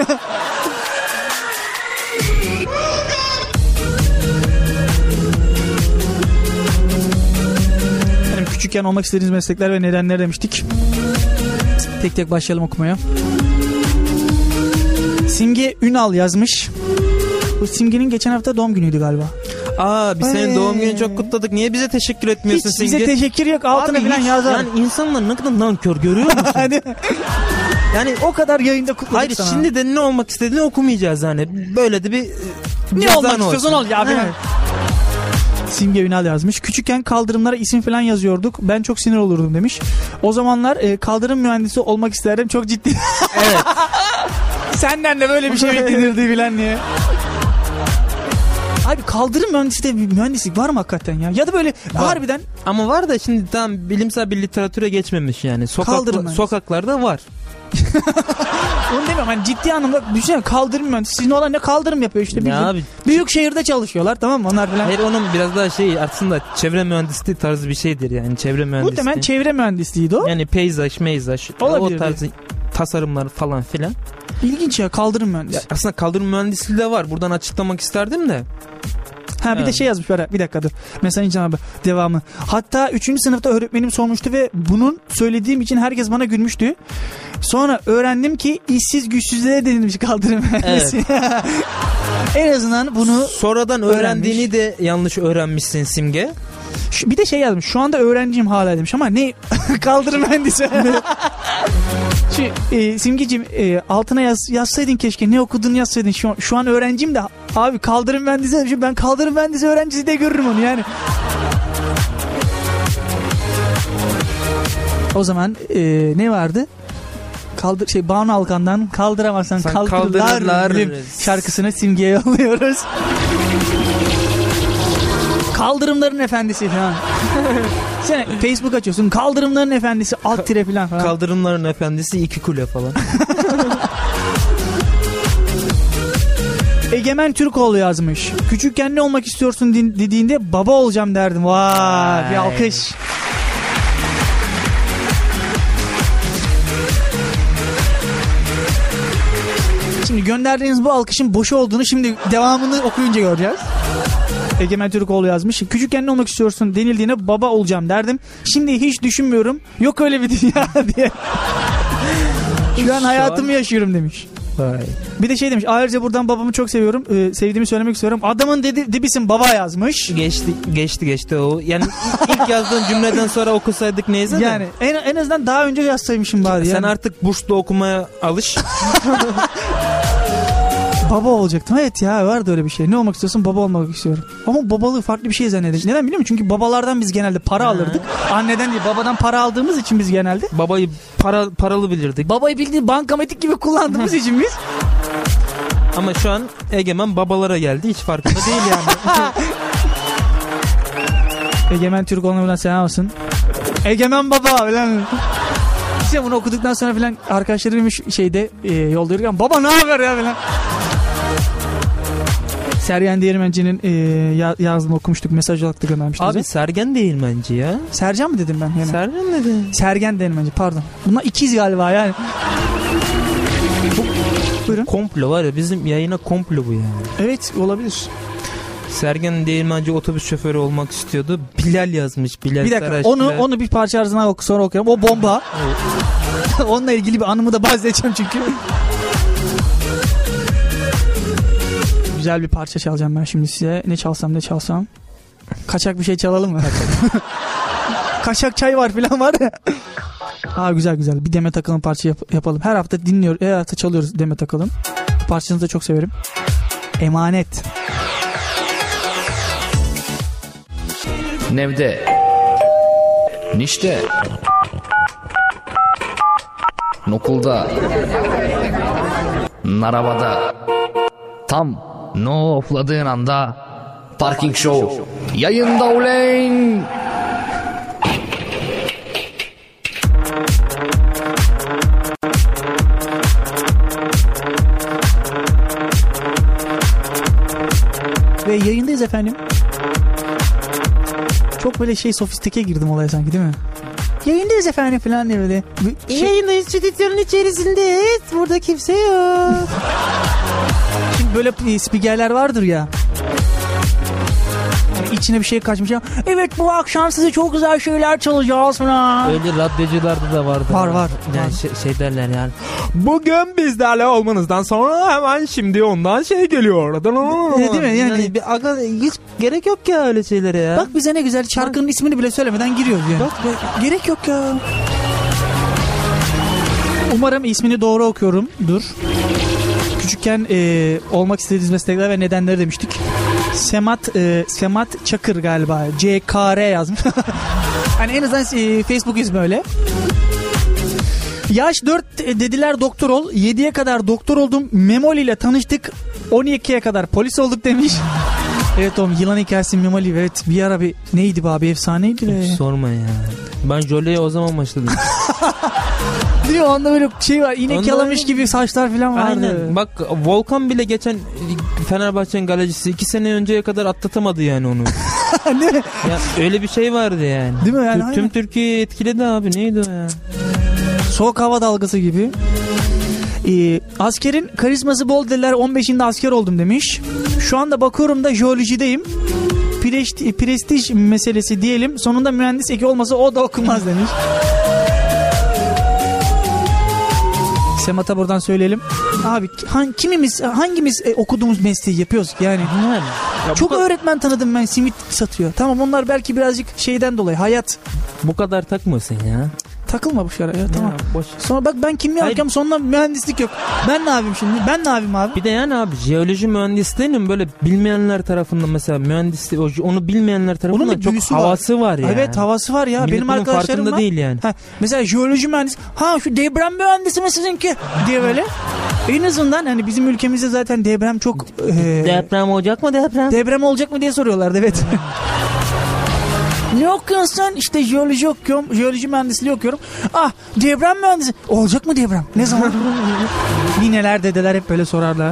Benim küçükken olmak istediğiniz meslekler ve nedenler demiştik. Tek tek başlayalım okumaya. Simge Ünal yazmış. Bu Simge'nin geçen hafta doğum günüydü galiba. Aa biz senin Ay. doğum gününü çok kutladık. Niye bize teşekkür etmiyorsun Hiç Simge? bize teşekkür yok. Altına Abi falan hiç- yazar. Yani insanlar ne kadar nankör görüyor musun? Hani Yani o kadar yayında kutladık hayır sana. şimdi de ne olmak istediğini okumayacağız yani. Böyle de bir e, Ne cezan olmak istiyorsan olsun. ol ya. He. Falan. Simge Ünal yazmış. Küçükken kaldırımlara isim falan yazıyorduk. Ben çok sinir olurdum demiş. O zamanlar e, kaldırım mühendisi olmak isterdim. Çok ciddi. Evet. Senden de böyle bir şey beklenirdi bilen diye. Abi kaldırım mühendisliği de bir mühendislik var mı hakikaten ya? Ya da böyle Var. harbiden Ama var da şimdi tam bilimsel bir literatüre geçmemiş yani. Kaldırım Sokakla, mühendisi. sokaklarda var. onu demiyorum. Hani ciddi anlamda düşünsene kaldırım mühendisi. Sizin olan ne kaldırım yapıyor işte. Ya bildiğin. abi Büyük şehirde çalışıyorlar, tamam mı? Onlar falan. hayır onun biraz daha şey aslında çevre mühendisliği tarzı bir şeydir yani çevre mühendisliği. Muhtemelen çevre mühendisliğiydi o. Yani peyzaj, meyzaj, Olabilir. o tarz tasarımlar falan filan. İlginç ya, kaldırım Ya mühendisi. aslında kaldırım mühendisliği de var. Buradan açıklamak isterdim de. Ha bir de Evet. şey yazmış böyle, bir dakika dur. Mesajın cevabı devamı. Hatta üçüncü sınıfta öğretmenim sormuştu ve bunun söylediğim için herkes bana gülmüştü. Sonra öğrendim ki işsiz güçsüzlere denilmiş kaldırım mühendisi. En azından bunu Sonradan öğrenmiş. öğrendiğini de yanlış öğrenmişsin Simge. Şu- bir de şey yazmış. Şu anda öğrenciyim hala demiş ama ne kaldırım mühendisi. Şu, e, Simgeciğim e, altına yaz, yazsaydın keşke ne okuduğunu yazsaydın. Şu, şu an öğrenciyim de abi kaldırım mühendisi demiş. Ben kaldırım mühendisi öğrencisi de görürüm onu yani. O zaman e, ne vardı? Kaldır şey Banu Alkan'dan kaldıramazsan Sen kaldırırlar kaldırırlar. şarkısını Simge'ye yolluyoruz. Kaldırımların efendisi falan. Sen Facebook açıyorsun. Kaldırımların efendisi alt tire falan falan. Kaldırımların efendisi iki kule falan. Egemen Türkoğlu yazmış. Küçükken ne olmak istiyorsun din- dediğinde baba olacağım derdim. Vay, bir alkış. Şimdi gönderdiğiniz bu alkışın boşu olduğunu şimdi devamını okuyunca göreceğiz. Egemen Türkoğlu yazmış. Küçükken ne olmak istiyorsun denildiğine baba olacağım derdim. Şimdi hiç düşünmüyorum. Yok öyle bir dünya diye. Şu an hayatımı yaşıyorum demiş. Vay. Bir de şey demiş. Ayrıca buradan babamı çok seviyorum. Ee, sevdiğimi söylemek istiyorum. Adamın dedi, dibisin baba yazmış. Geçti geçti geçti o. Yani ilk yazdığın cümleden sonra okusaydık neyse de. Yani en, en azından daha önce yazsaymışım bari. Sen yani. artık burslu okumaya alış. Baba olacaktım. Evet ya, vardı öyle bir şey. Ne olmak istiyorsun? Baba olmak istiyorum. Ama babalığı farklı bir şey zannediyoruz. Neden biliyor musun? Çünkü babalardan biz genelde para Ha. alırdık. Anneden değil, babadan para aldığımız için biz genelde. Babayı para paralı bilirdik. Babayı bildiğin bankamatik gibi kullandığımız için biz. Ama şu an Egemen babalara geldi. Hiç farkında değil yani. Egemen Türkoğlu'na selam olsun. Egemen baba falan. İşte bunu okuduktan sonra falan arkadaşlarım şeyde e, yolda yürürken baba ne haber ya falan. Sergen Değirmenci'nin e, ya, yazdığını okumuştuk. Mesaj olarak da göndermiştik. Abi Sergen Değirmenci ya. Sercan mı dedim ben? Yani? Sergen dedi. Sergen Değirmenci pardon. Bunlar ikiz galiba yani. Buyurun. Komplo var ya, bizim yayına komplo bu yani. Evet, olabilir. Sergen Değirmenci otobüs şoförü olmak istiyordu. Bilal yazmış. Bilal Bir dakika Saraç, onu Bilal. onu bir parça arasına oku, sonra okuyalım. O bomba. Onunla ilgili bir anımı da bahsedeceğim çünkü. Güzel bir parça çalacağım ben şimdi size. Ne çalsam ne çalsam. Kaçak bir şey çalalım mı? Kaçak çay var falan var ya. Aa, güzel güzel. Bir Demet Akalın parça yap- yapalım. Her hafta dinliyoruz. Her hafta çalıyoruz Demet Akalın. Parçanızı da çok severim. Emanet. Nevde, Nişte, Nokulda, Narabada, tam no ofladığın anda Parking Show yayında uleyn. ve yayındayız efendim. Çok böyle şey sofistike girdim olaya sanki değil mi? Yayındayız efendim falan diye böyle. Şey... Yayındayız, stüdyonun içerisindeyiz. Burada kimse yok. Şimdi böyle spikerler vardır ya. Yani içine bir şey kaçmış ya. Evet bu akşam size çok güzel şeyler çalacağız falan. Öyle radyocularda da vardı. Var var. Yani şey, şey derler yani. Bugün bizlerle olmanızdan sonra hemen şimdi ondan şey geliyor. Ne değil mi? Yani, yani bir aga, hiç gerek yok ya öyle şeylere ya. Bak bize ne güzel şarkının ismini bile söylemeden giriyor yani. Bak, gerek yok ya. Umarım ismini doğru okuyorum. Dur. Küçükken e, olmak istediğimiz meslekler ve nedenleri demiştik. Semat e, Semat Çakır galiba. C K R yazmış. Hani en azından e, Facebook ismi öyle. Yaş dört dediler doktor ol. yediye kadar doktor oldum. Memoli ile tanıştık. on ikiye kadar polis olduk demiş. Evet oğlum yılan hikayesi Memoli. Evet bir ara bir neydi be abi efsaneydi be. Hiç sorma ya. Ben Jolie'ye o zaman başladım. Diyor onda böyle şey var inek Onda yalamış öyle... gibi saçlar falan vardı. Aynen. Bak Volkan bile geçen Fenerbahçe'nin galecisi iki sene önceye kadar atlatamadı yani onu. Ne? Ya öyle bir şey vardı yani. Değil mi yani? Tüm, tüm Türkiye'yi etkiledi abi neydi o ya? Soğuk hava dalgası gibi. Ee, askerin karizması bol dediler on beşinde asker oldum demiş. Şu anda bakıyorum da jeolojideyim. Prestij, prestij meselesi diyelim. Sonunda mühendis eki olmasa o da okunmaz demiş. Semat'a buradan söyleyelim. Abi han, kimimiz hangimiz e, okuduğumuz mesleği yapıyoruz yani. Yani ya çok kadar... öğretmen tanıdım ben simit satıyor. Tamam onlar belki birazcık şeyden dolayı hayat. Bu kadar takmasın ya. Takılma bu şara ya tamam. Ya, boş. Sonra bak ben kimya alacağım sonunda mühendislik yok. Ben ne yapayım şimdi? Ben ne yapayım abi? Bir de yani abi jeoloji mühendisliğinin böyle bilmeyenler tarafından mesela mühendisliği onu bilmeyenler tarafından çok havası var, var ya. Evet havası var ya. Millet benim arkadaşlarım farkında var. Değil yani. Ha, mesela jeoloji mühendis. Ha şu deprem mühendisi mi sizinki? Diye böyle. En azından hani bizim ülkemizde zaten deprem çok e, deprem olacak mı deprem? Deprem olacak mı diye soruyorlardı evet. Ne okuyorsun sen? İşte jeoloji okuyorum. Jeoloji mühendisliği okuyorum. Ah deprem mühendisi. Olacak mı deprem? Ne zaman? Nineler dedeler hep böyle sorarlar.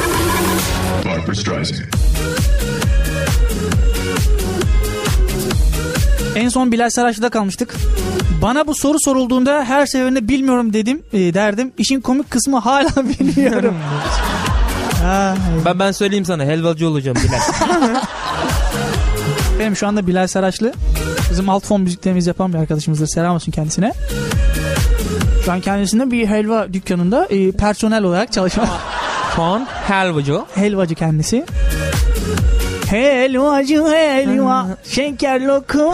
En son Bilal Saraçlı'da kalmıştık. Bana bu soru sorulduğunda her seferinde bilmiyorum dedim e, derdim. İşin komik kısmı hala bilmiyorum. ben ben söyleyeyim sana helvacı olacağım Bilal. Benim şu anda Bilal Saraçlı. Bizim alt fon müziklerimizi yapan bir arkadaşımızdır. Selam olsun kendisine. Şu an kendisinde bir helva dükkanında e, personel olarak çalışıyor. Şu an helvacı. Helvacı kendisi. Helvacı helva, şeker lokum.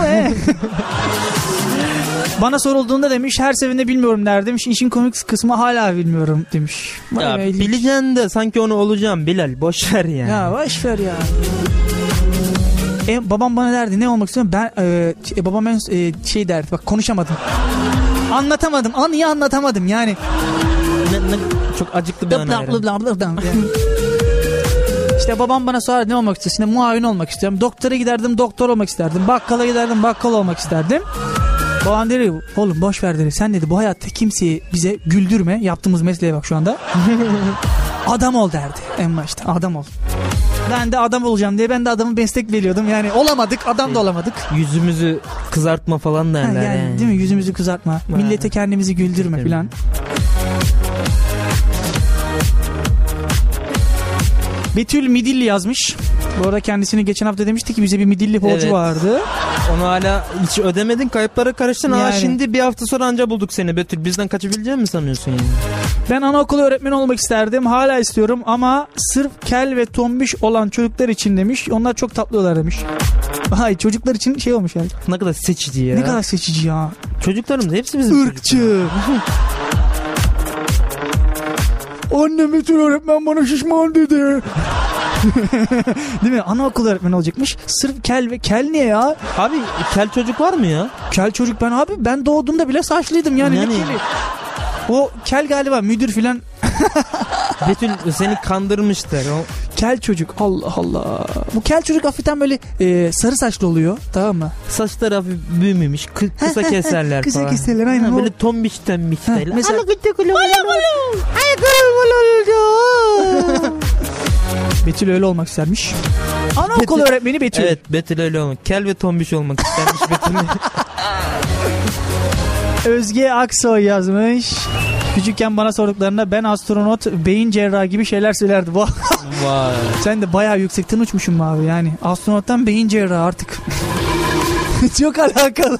Bana sorulduğunda demiş her seferinde bilmiyorum der demiş. İşin komik kısmı hala bilmiyorum demiş. Ya bileceksin de sanki onu olacağım Bilal. Boş ver yani. Ya boş ver ya. E, babam bana derdi ne olmak istiyorum ben e, e, babam en e, şey derdi bak konuşamadım anlatamadım anıyı anlatamadım yani ne, ne, çok acıklı bir anı işte babam bana sorardı ne olmak istiyorsun işte, muavin olmak istiyorum doktora giderdim doktor olmak isterdim bakkala giderdim bakkal olmak isterdim babam dedi oğlum boş ver dedi sen dedi bu hayatta kimseyi bize güldürme yaptığımız mesleğe bak şu anda adam ol derdi en başta adam ol. Ben de adam olacağım diye ben de adamı meslek veriyordum. Yani olamadık, adam da olamadık. Yüzümüzü kızartma falan derler. Yani, yani. Değil mi? Yüzümüzü kızartma. Ha. Millete kendimizi güldürme falan. Betül Midilli yazmış. Bu arada kendisini geçen hafta demişti ki bize bir Midilli borcu evet. vardı. Onu hala hiç ödemedin, kayıplara karıştın. Yani. Ha şimdi bir hafta sonra anca bulduk seni Betül. Bizden kaçabileceğini mi sanıyorsun yani? Ben anaokulu öğretmeni olmak isterdim. Hala istiyorum ama sırf kel ve tombiş olan çocuklar için demiş. Onlar çok tatlıyorlar demiş. Ay çocuklar için şey olmuş yani. Ne kadar seçici ya. Ne kadar seçici ya. Çocuklarımız hepsi bizim Irkçı. Annem Betül öğretmen bana şişman dedi. Değil mi? Anaokulu öğretmeni olacakmış. Sırf kel ve kel niye ya? Abi kel çocuk var mı ya? Kel çocuk ben abi. Ben doğduğumda bile saçlıydım yani. yani... O kel galiba müdür filan. Betül seni kandırmışlar. O... Kel çocuk Allah Allah. Bu kel çocuk hafiften böyle e, sarı saçlı oluyor tamam mı? Saçları hafif büyümemiş. Kı- kısa keserler kısa falan. Kısa keserler aynen. Ha, böyle tombiş tombiş. Mesela. Betül öyle olmak istermiş. Anaokulu Betül- öğretmeni Betül. Evet, Betül öyle olmak. Kel ve tombiş olmak istermiş Betül. Özge Aksoy yazmış. Küçükken bana sorduklarında ben astronot, beyin cerrahı gibi şeyler söylerdi. Vay. Vay. Sen de bayağı yüksekten uçmuşsun abi yani. Astronottan beyin cerrahı artık. Çok alakalı.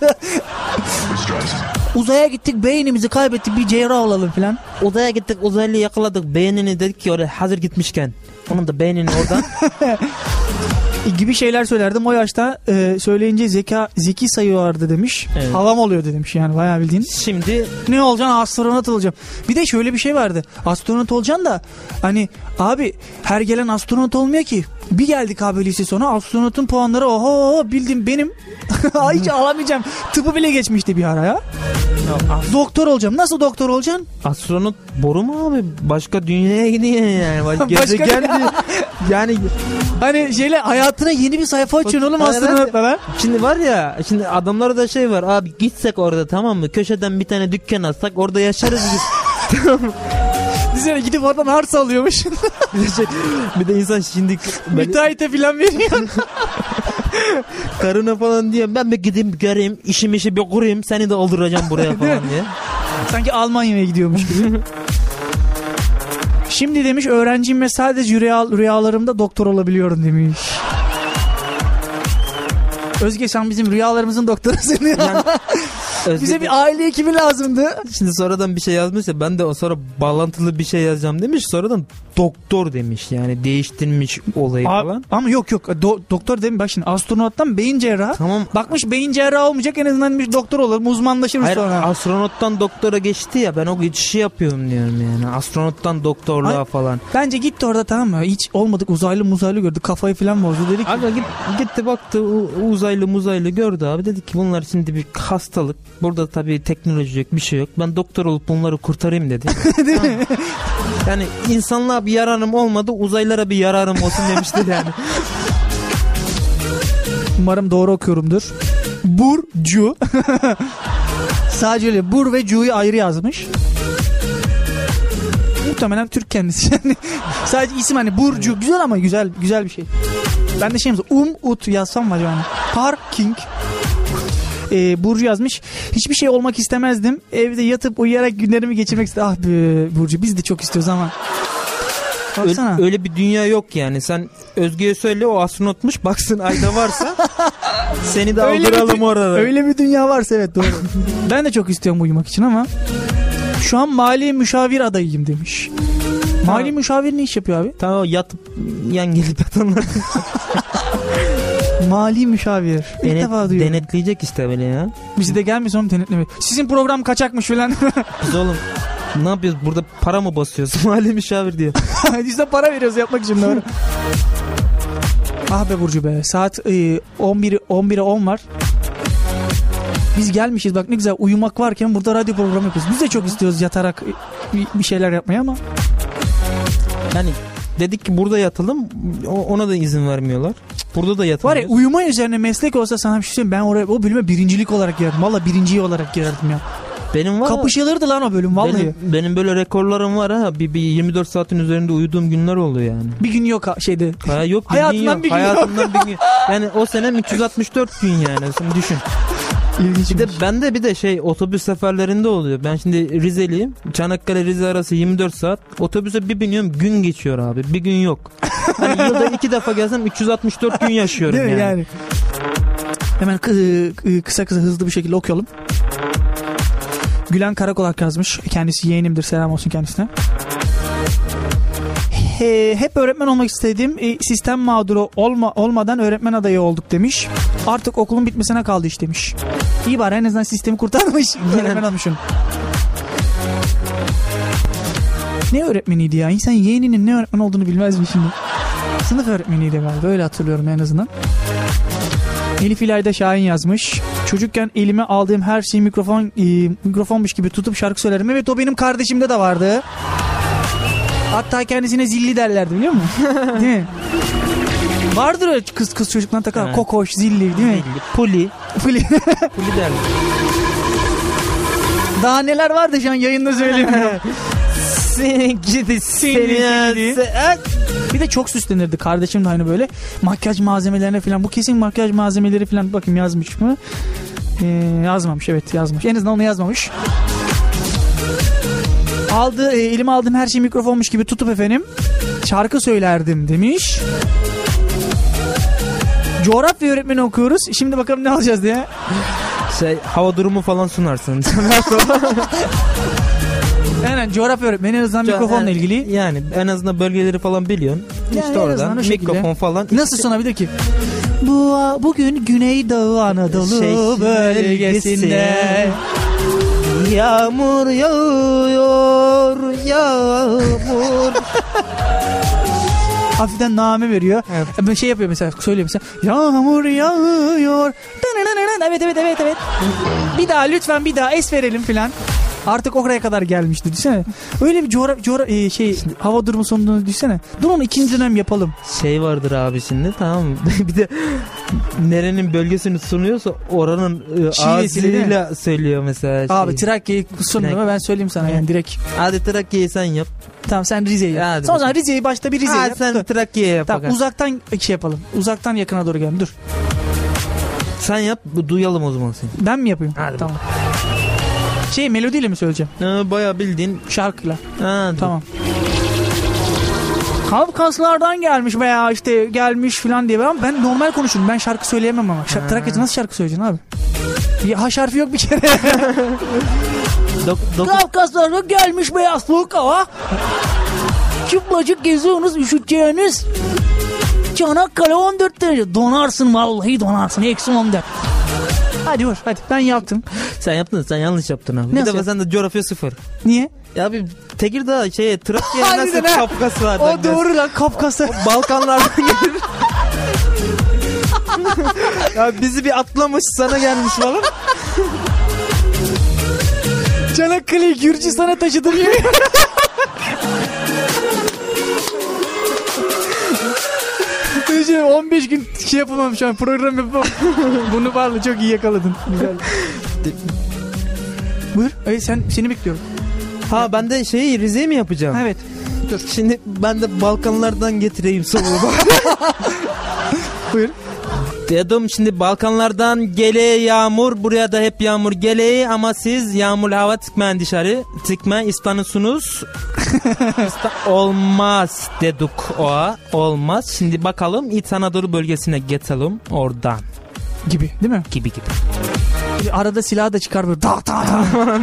Uzaya gittik, beynimizi kaybettik, bir cerrah olalım falan. Uzaya gittik, uzaylıyı yakaladık. Beynini dedik ki oraya hazır gitmişken. Onun da beynini oradan. Gibi şeyler söylerdim. O yaşta e, söyleyince zeka zeki sayıyorlardı demiş. Evet. Havam oluyordu demiş yani bayağı bildiğin. Şimdi Ne olacaksın? Astronot olacağım. Bir de şöyle bir şey vardı. Astronot olacaksın da hani abi her gelen astronot olmuyor ki. Bir geldik abi lise sonu, astronotun puanları oho bildim benim. Hiç alamayacağım. Tıpı bile geçmişti bir ara ya. Doktor olacağım. Nasıl doktor olacaksın? astronot boru mu abi? Başka dünyaya gidiyor yani. Başka Başka gezegen diyor. Yani Hani şeyle hayatına yeni bir sayfa açıyorsun oğlum Evet. astronotla lan. şimdi var ya, şimdi adamlarda da şey var abi, gitsek orada tamam mı? Köşeden bir tane dükkan alsak orada yaşarız biz. Dizene gidip oradan arsa alıyormuş. bir, de şey, bir de insan şimdi böyle Müteahhite falan veriyor. karına falan diyor, ben bir gideyim göreyim, işim işi bir kurayım, seni de olduracağım buraya falan diye. Sanki Almanya'ya gidiyormuş gibi. Şimdi demiş öğrenciyim ve sadece rüya, rüyalarımda doktor olabiliyorum demiş. Özge sen bizim rüyalarımızın doktorusun ya. Yani Özge- Bize bir aile ekibi lazımdı. Şimdi sonradan bir şey yazmış ya, ben de o sonra bağlantılı bir şey yazacağım demiş, sonradan doktor demiş, yani değiştirmiş olayı A- falan. ama yok yok Do- doktor demiş bak şimdi astronottan beyin cerrahı. Tamam. Bakmış beyin cerrahı olmayacak, en azından bir doktor olur, uzmanlaşırız Hayır, sonra. astronottan doktora geçti ya, ben o geçişi yapıyorum diyorum yani. Astronottan doktorluğa Hayır. falan. Bence gitti orada tamam mı? Hiç olmadık, uzaylı muzaylı gördü, kafayı falan bozdu, dedi ki. Aga git, gitti baktı u- uzaylı muzaylı gördü abi, dedi ki bunlar şimdi bir hastalık. Burada tabii teknoloji yok, bir şey yok. Ben doktor olup bunları kurtarayım dedi. Değil mi? Yani insanlığa bir yararım olmadı, uzaylara bir yararım olsun demişti yani. Umarım doğru okuyorumdur. Burcu. Sadece öyle Bur ve Cu'yu ayrı yazmış. Muhtemelen Türk kendisi. Yani sadece isim hani Burcu güzel ama güzel güzel bir şey. Ben de şey yazdım. Um ut yazsam var yani. Parking. Ee, Burcu yazmış. Hiçbir şey olmak istemezdim. Evde yatıp uyuyarak günlerimi geçirmek istedim. Ah be Burcu, biz de çok istiyoruz ama. Baksana. Öyle, öyle bir dünya yok yani. Sen Özge'ye söyle, o astronotmuş, baksın ayda varsa seni de Öyle bir aldıralım dü- orada. Öyle bir dünya varsa evet doğru. Ben de çok istiyorum uyumak için ama şu an mali müşavir adayıyım demiş. Mali müşavir ne iş yapıyor abi? Tamam, yatıp yan gelip yatanlar Mali müşavir. İlk denet, defa duyuyorum. denetleyecek işte böyle ya. Bizi de gelmesin oğlum denetleme. Sizin program kaçakmış falan. Biz oğlum ne yapıyoruz burada, para mı basıyoruz? Mali müşavir diyor. Biz de para veriyoruz yapmak için doğru. Ah be Burcu be. Saat e, on bire on var. Biz gelmişiz bak ne güzel, uyumak varken burada radyo programı yapıyoruz. Biz de çok istiyoruz yatarak bir şeyler yapmayı ama. Yani dedik ki burada yatalım, o- ona da izin vermiyorlar. Burada da Var ya yatamıyoruz. uyuma üzerine meslek olsa sana bir şey söyleyeyim. Ben oraya o bölüme birincilik olarak girerdim. Valla birinciyi olarak girerdim ya. Benim var. Kapışılırdı lan o bölüm vallahi. Benim, benim böyle rekorlarım var ha. Bir, bir yirmi dört saatin üzerinde uyuduğum günler oldu yani. Bir gün yok ha- şeyde. Ha, yok bir Hayatından gün yok. bir gün Hayatımdan bir gün. Yani o senem üç yüz altmış dört gün yani. Şimdi düşün. İlginç. Bir de bende bir de şey, otobüs seferlerinde oluyor. Ben şimdi Rizeliyim. Çanakkale Rize arası yirmi dört saat. Otobüse bir biniyorum, gün geçiyor abi. Bir gün yok. Hani yılda iki defa gelsem üç yüz altmış dört gün yaşıyorum Değil mi yani. yani? Hemen kı- kısa kısa hızlı bir şekilde okuyalım. Gülen Karakolak yazmış. Kendisi yeğenimdir. Selam olsun kendisine. He, hep öğretmen olmak istedim. E, sistem mağduru olma, olmadan öğretmen adayı olduk demiş. Artık okulun bitmesine kaldı iş demiş. İyi bari en azından sistemi kurtarmış. Öğretmen olmuşsun. Ne öğretmeniydi ya? İnsan yeğeninin ne öğretmen olduğunu bilmez mi şimdi? Sınıf öğretmeniydi galiba. Öyle hatırlıyorum en azından. Elif İlayda Şahin yazmış. Çocukken elime aldığım her şeyi mikrofon e, mikrofonmuş gibi tutup şarkı söylerim. Evet, o benim kardeşimde de vardı. Hatta kendisine zilli derlerdi, biliyor musun? Değil mi? Vardır öyle kız kız çocuklar takar. Evet. Kokoş, zilli değil mi? Puli. Fili. Puli derler. Daha neler vardı şu an yayında söyleyeyim. Seni gidi Seni seni. gidi. se- Bir de çok süslenirdi. Kardeşim de aynı böyle. Makyaj malzemelerine falan. Bu kesin makyaj malzemeleri falan. Bakayım yazmış mı? Ee, yazmamış, evet yazmış. En azından onu yazmamış. Aldı, e, elime aldığım her şey mikrofonmuş gibi tutup efendim şarkı söylerdim demiş. Coğrafya öğretmeni okuyoruz. Şimdi bakalım ne alacağız diye. Şey, hava durumu falan sunarsın. Aynen, coğrafya öğretmeni en azından mikrofonla ilgili. Yani en azından bölgeleri falan biliyorsun. Yani işte oradan mikrofon falan. Nasıl sunabilir ki? Bu bugün Güneydoğu Anadolu Şey, bölgesinde yağmur yağıyor, yağmur. Hafiften name veriyor. Evet. Ben şey yapıyor mesela, söylüyor mesela. Yağmur yağıyor. Evet evet evet evet. Bir daha lütfen bir daha es verelim filan. Artık oraya kadar gelmişti, düşünsene. Öyle bir coğraf, coğraf e, şey hava durumu sonunu düşünsene. Dur onu ikinci dönem yapalım. Şey vardır abi şimdi, tamam mı? Bir de nerenin bölgesini sunuyorsa oranın e, ağzıyla söylüyor mesela. Şey. Abi Trakya'yı sundum ama ben söyleyeyim sana yani direkt. Hadi Trakya'yı sen yap. Tamam sen Rize'yi yap. Hadi Sonra Rize'yi başta bir Rize'yi Hadi yap. sen Dur. Trakya'yı yap. Tamam, bakalım. uzaktan şey yapalım. Uzaktan yakına doğru gelelim. Dur. Sen yap, duyalım o zaman seni. Ben mi yapayım? Hadi tamam. Şey melodiyle mi söyleyeceğim? Ee, bayağı bildiğin şarkıyla. Ha, tamam. Kafkaslardan gelmiş veya işte gelmiş falan diye. Ama ben normal konuşurum. Ben şarkı söyleyemem ama. Şarkı, Trakya'da nasıl şarkı söyleyeceksin abi? Bir H harfi yok bir kere. Dok- Kafkaslardan gelmiş beyaz soğuk hava. Çıplacık geziyorsunuz, üşüteceğiniz. Çanakkale on dört derece. Donarsın vallahi donarsın. Eksi on dört. Hadi vur hadi, ben yaptım. Sen yaptın, sen yanlış yaptın abi. Nasıl Bir defa sen de coğrafya sıfır. Niye? Ya abi Tekirdağ şeye Trakya'ya nasıl Harbiden ha. Kafkaslardan O doğru lan, Kafkaslar. Balkanlardan gelir. Ya bizi bir atlamış sana gelmiş falan. Çanakkale'yi Gürcistan'a taşıdım ya. on beş gün şey yapamam şu an, program yapamam. Bunu varla çok iyi yakaladın. Güzel. Buyur. Ay sen seni bekliyorum. Ha ben de şeyi Rize'yi mi yapacağım? Evet. Dur. Şimdi ben de Balkanlardan getireyim soruyu. Buyur. Dedim şimdi Balkanlardan gele yağmur, buraya da hep yağmur gele ama siz yağmurlu hava tıkmayın dışarı. Tıkma istanıyorsunuz. İsta- olmaz dedik o. Olmaz. Şimdi bakalım İç Anadolu bölgesine geçelim oradan. Gibi değil mi? Gibi gibi. Arada silah da çıkar böyle. Da, da, da.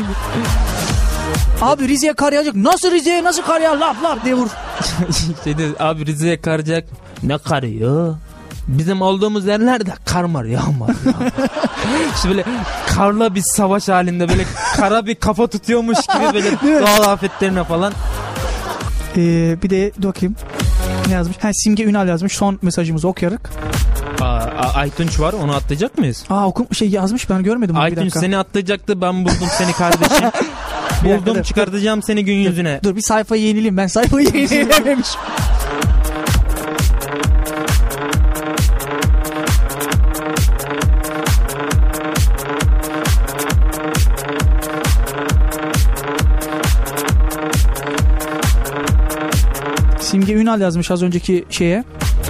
Abi Rize'ye kar yağacak. Nasıl Rize'ye nasıl kar yağar? Laf laf diye vur. Şeyde, abi Rize'ye karacak. Ne karı ya? Bizim olduğumuz yerlerde kar var yağmur. İşte böyle karla bir savaş halinde böyle kara bir kafa tutuyormuş gibi böyle doğal afetlerine falan. Ee, bir de bakayım. Ne yazmış? Ha, Simge Ünal yazmış. Son mesajımızı okuyarak. Aa, Aytunç var, onu atlayacak mıyız? Aa okum şey yazmış, ben görmedim. Aytunç seni atlayacaktı, ben buldum seni kardeşim. Buldum, çıkartacağım seni gün yüzüne. Dur bir sayfayı yenileyim, ben sayfayı yenilememişim. Simge Ünal yazmış az önceki şeye.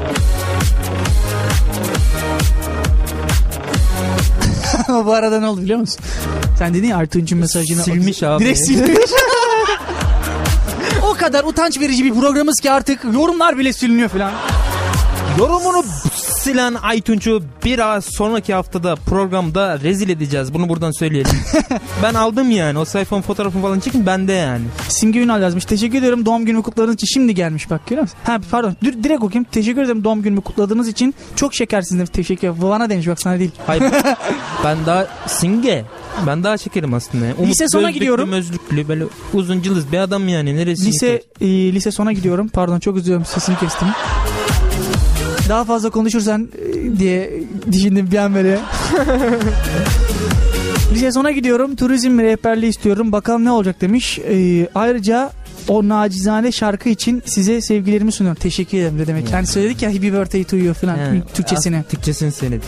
Bu arada ne oldu biliyor musun? Sen dedin ya Artunç'un mesajını silmiş abi. Direkt silmiş. O kadar utanç verici bir programımız ki artık yorumlar bile siliniyor falan. Yorumunu silen Aytunç'u biraz sonraki haftada programda rezil edeceğiz. Bunu buradan söyleyelim. Ben aldım yani. O sayfanın fotoğrafını falan çekin bende yani. Simge Ünal yazmış. Teşekkür ederim doğum günümü kutladığınız için. Şimdi gelmiş bak, görüyor musun? Ha pardon. Dur, direkt okuyayım. Teşekkür ederim doğum günümü kutladığınız için. Çok şekersiniz. Teşekkür ederim. Bana demiş bak, sana değil. Hayır. Ben daha Simge. Ben daha şekerim aslında. Umut lise sona gözlüklü, gidiyorum. Mözlüklü böyle uzun cılız bir adam yani. Neresi? Lise e, lise sona gidiyorum. Pardon çok üzülüyorum, sesini kestim. Daha fazla konuşursan e, diye düşündüm bir an böyle. Lise sona gidiyorum. Turizm rehberliği istiyorum. Bakalım ne olacak demiş. E, ayrıca o nacizane şarkı için size sevgilerimi sunuyorum. Teşekkür ederim de demek. Yani söyledik ya Happy Birthday to you falan Yani, Türkçesini. Türkçesini söyledik.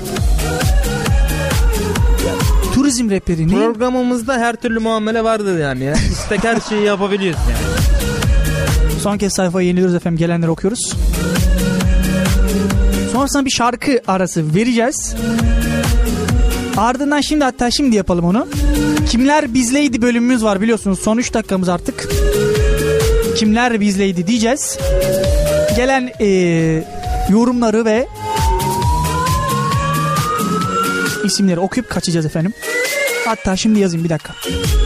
Turizm rehberi. Ne? Programımızda her türlü muamele vardır yani ya. İstek her şeyi yapabiliyoruz yani. Son kez sayfayı yeniliyoruz efendim. Gelenleri okuyoruz. Sonrasında bir şarkı arası vereceğiz. Ardından şimdi hatta şimdi yapalım onu. Kimler bizleydi bölümümüz var biliyorsunuz. Son üç dakikamız artık. Kimler bizleydi diyeceğiz. Gelen e, yorumları ve isimleri okuyup kaçacağız efendim. Hatta şimdi yazayım bir dakika.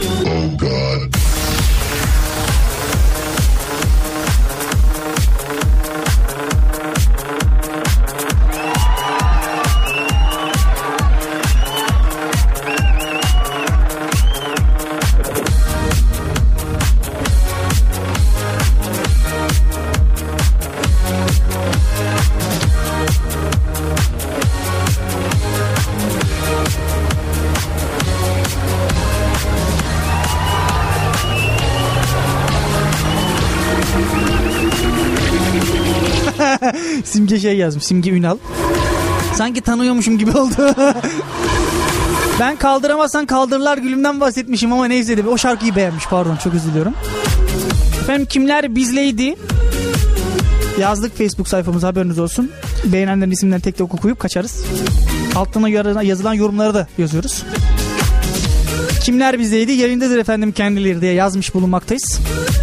Simge şey yazmış. Simge Ünal. Sanki tanıyormuşum gibi oldu. Ben kaldıramazsan kaldırırlar gülümden bahsetmişim ama neyse de o şarkıyı beğenmiş. Pardon, çok özür diliyorum. Efendim kimler bizleydi? Yazdık Facebook sayfamıza, haberiniz olsun. Beğenenlerin isimlerini tek tek okuyup kaçarız. Altına yazılan yorumları da yazıyoruz. Kimler bizleydi? Yayındadır efendim kendileri diye yazmış bulunmaktayız.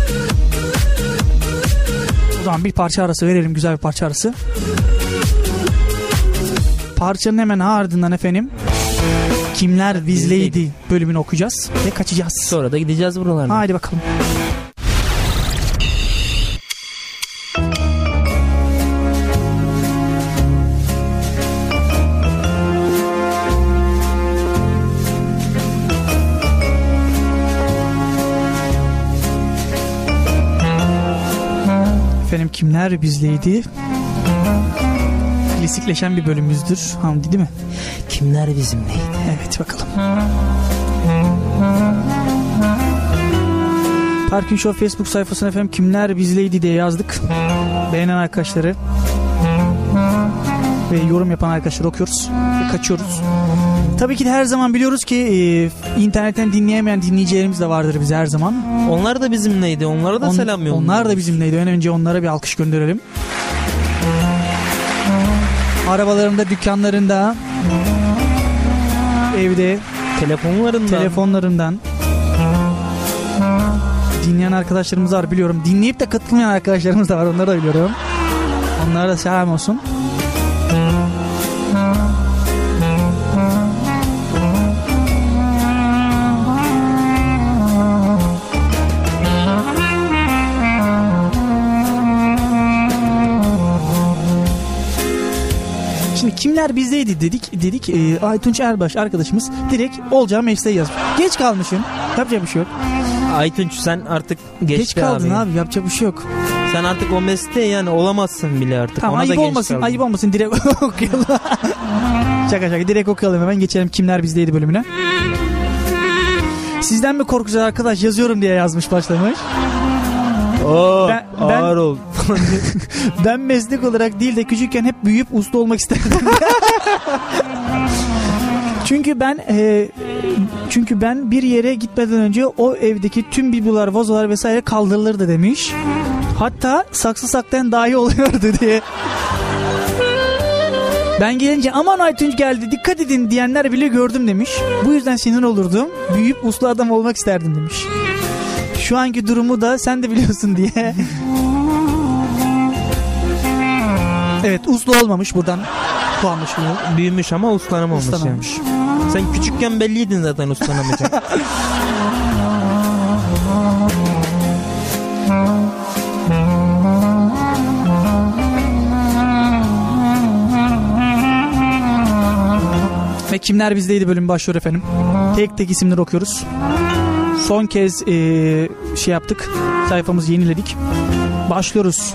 O zaman bir parça arası verelim, güzel bir parça arası. Parçanın hemen ardından efendim Kimler bizleydi bölümünü okuyacağız ve kaçacağız. Sonra da gideceğiz buralardan. Haydi bakalım. Efendim kimler bizleydi? Klasikleşen bir bölümümüzdür. Hamdi değil mi? Kimler bizimleydi? Evet bakalım. Parking Show Facebook sayfasına efendim kimler bizleydi diye yazdık. Beğenen arkadaşları ve yorum yapan arkadaşları okuyoruz ve kaçıyoruz. Tabii ki de her zaman biliyoruz ki e, internetten dinleyemeyen dinleyicilerimiz de vardır bize her zaman. Onlar da bizimleydi. Onlara da On, selam yolluyoruz. Onlar da bizimleydi. En önce onlara bir alkış gönderelim. Arabalarında, dükkanlarında, evde, telefonlarından, telefonlarından dinleyen arkadaşlarımız var biliyorum. Dinleyip de katılmayan arkadaşlarımız da var. Onları da biliyorum. Onlara da selam olsun. Şimdi kimler bizdeydi dedik dedik e, Aytunç Erbaş arkadaşımız direkt olacağı mesleği yazmış. Geç kalmışım. Yapacak bir şey yok. Aytunç sen artık geçti Geç kaldın abi. abi. Yapacak bir şey yok. Sen artık o mesleğe yani olamazsın bile artık. Tamam, ona ayıp da olmasın. kaldın. Ayıp olmasın. Direkt okuyalım. Şaka şaka. Direkt okuyalım hemen. Geçelim kimler bizdeydi bölümüne. Sizden mi korkacağız arkadaş yazıyorum diye yazmış başlamış. Oo, Ben- ben- ağır ol. Ben meslek olarak değil de küçükken hep büyüyüp usta olmak isterdim. Çünkü ben e, çünkü ben bir yere gitmeden önce o evdeki tüm biblolar, vazolar vesaire kaldırılırdı demiş. Hatta saksı saklayan dahi oluyordu diye. Ben gelince aman Aytunç geldi dikkat edin diyenler bile gördüm demiş. Bu yüzden sinir olurdum. Büyüyüp uslu adam olmak isterdim demiş. Şu anki durumu da sen de biliyorsun diye. Evet, uslu olmamış, buradan bu anlaşılıyor. Büyümüş ama uslanamamış. Uslanamamış. Yani. Sen küçükken belliydin zaten uslanamayacak. Ve kimler bizdeydi bölüm başlıyor efendim. Tek tek isimleri okuyoruz. Son kez ee, şey yaptık. Sayfamızı yeniledik. Başlıyoruz.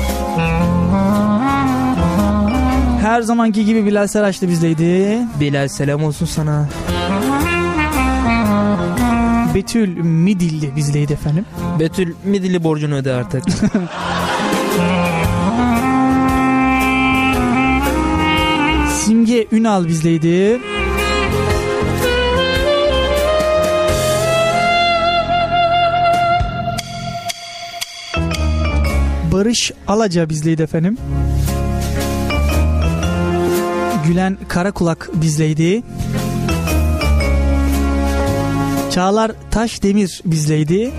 Her zamanki gibi Bilal Saraçlı bizdeydi. Bilal selam olsun sana. Betül Midilli bizdeydi efendim. Betül Midilli borcunu öde artık. Simge Ünal bizdeydi. Barış Alaca bizleydi efendim. Gülen Karakulak bizleydi. Çağlar Taşdemir bizleydi.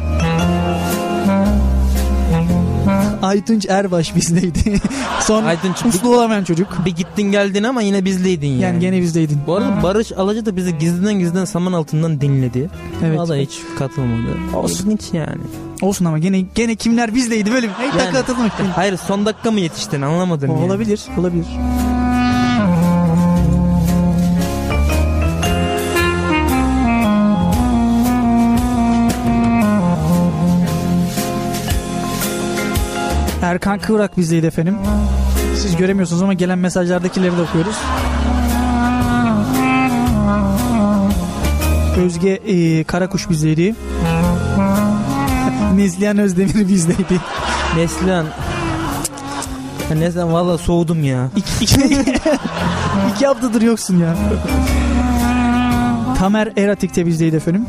Aytunç Erbaş bizleydi. Son Aytunç, uslu olamayan çocuk. Bir gittin geldin ama yine bizleydin yani. Yani gene bizdeydin. Bu arada Barış Alaca da bizi gizliden gizliden saman altından dinledi. Evet. O da hiç katılmadı. Olsun hiç yani. Olsun ama gene gene kimler bizdeydi böyle. Hey, Yani, katılmış. hayır son dakika mı yetiştin anlamadım O, yani. olabilir, olabilir. Erkan Kıvrak bizdeydi efendim. Siz göremiyorsunuz ama gelen mesajlardakileri de okuyoruz. Özge e, Karakuş bizdeydi. Neslihan Özdemir bizdeydi. Neslihan. Ya Neslihan valla soğudum ya. İki, iki, iki haftadır yoksun ya. Tamer Eratik de bizdeydi efendim.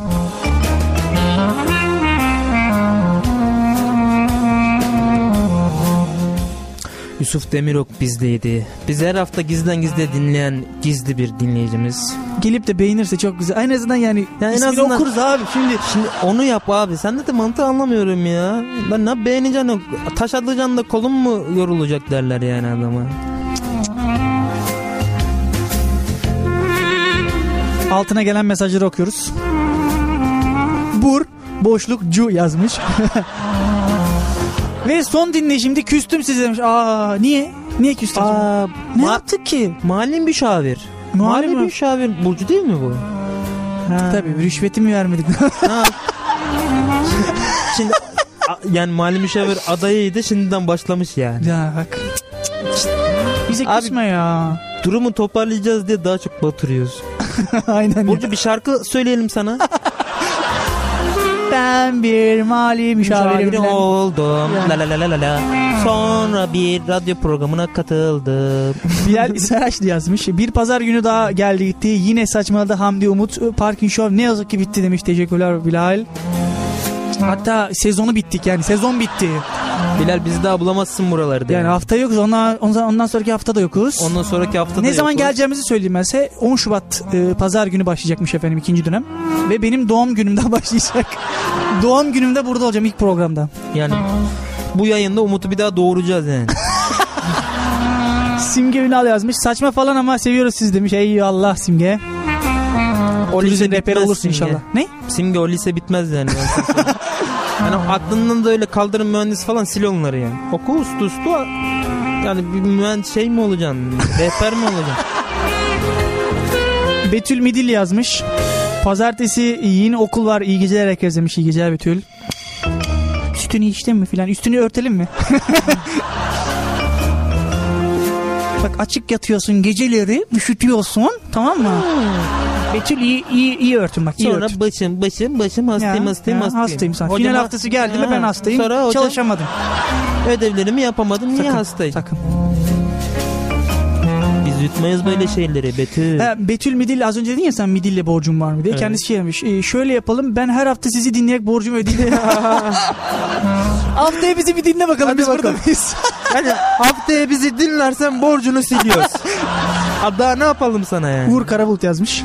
Yusuf Demirok bizdeydi. Biz her hafta gizden gizli dinleyen gizli bir dinleyicimiz. Gelip de beğenirse çok güzel. En azından yani, yani ismini azından, okuruz abi. Şimdi şimdi onu yap abi. Sen de, de mantığı anlamıyorum ya. Ben ne beğeneceksin? Taş atacaksın da kolun mu yorulacak derler yani adama. Altına gelen mesajları okuyoruz. Bur boşluk cu yazmış. Ve son dinleyicimde küstüm size demiş. Aa niye? Niye küstün? Aa, ne ma- yaptık ki? Malin müşavir. Malin Malin mi? müşavir burcu değil mi bu? Ha. Tabii rüşveti mi vermedik? Ha. Şimdi a- yani mali müşavir adayıydı şimdiden başlamış yani. Ya bak. Bize Abi, küsme ya. Durumu toparlayacağız diye daha çok batırıyoruz. Aynen. Burcu bir şarkı söyleyelim sana. Ben bir mali müşavirim. Müşavir oldum. La la la la la la. Sonra bir radyo programına katıldım. Bilal Saraçlı yazmış. Bir pazar günü daha geldi gitti. Yine saçmaladı Hamdi Umut. Parking Show ne yazık ki bitti demiş. Teşekkürler Bilal. Hatta sezonu bittik yani. Sezon bitti. Bilal bizi daha bulamazsın buralarda. Yani yani. hafta yokuz. Ondan, ondan sonraki hafta da yokuz. Ondan sonraki hafta da Ne zaman yokuz. geleceğimizi söyleyeyim ben size. on Şubat e, pazar günü başlayacakmış efendim ikinci dönem. Ve benim doğum günümden başlayacak. Doğum günümde burada olacağım ilk programda. Yani bu yayında Umut'u bir daha doğuracağız yani. Simge Ünal yazmış. Saçma falan ama seviyoruz siz demiş. Eyvallah Simge. O lise Turizm rehberi bitmez olursun Simge. inşallah. Ne? Simge o lise bitmez yani. Yani aklından da öyle kaldırım mühendisi falan sil onları yani. Oku ustu ustu yani bir mühendis şey mi olacaksın? Rehber mi olacaksın? Betül Midil yazmış. Pazartesi yine okul var. İyi geceler herkes demiş. İyi geceler Betül. Sütünü içtin mi filan? Üstünü örtelim mi? Bak açık yatıyorsun geceleri. Üşütüyorsun. Tamam mı? Betül iyi iyi iyi örtün bak. İyi Sonra ört. başım başım başım hastayım Ya, hastayım ya, hastayım. hastayım sen. Hocam, Final haftası geldi mi Ha, ben hastayım. sonra hocam, Çalışamadım. ödevlerimi yapamadım. Niye Sakın, hastayım? Sakın. Biz yutmayız böyle şeyleri Betül. Ha, Betül Midil az önce dedin ya sen Midil'le borcum var mı diye. Evet. Kendisi şey demiş. E, şöyle yapalım ben her hafta sizi dinleyerek borcumu ödeyeyim. Haftaya bizi bir dinle bakalım. Hadi Biz bakalım. burada mıyız? Yani haftaya bizi dinlersen borcunu siliyoruz. Ha, daha ne yapalım sana yani? Uğur Karabulut yazmış.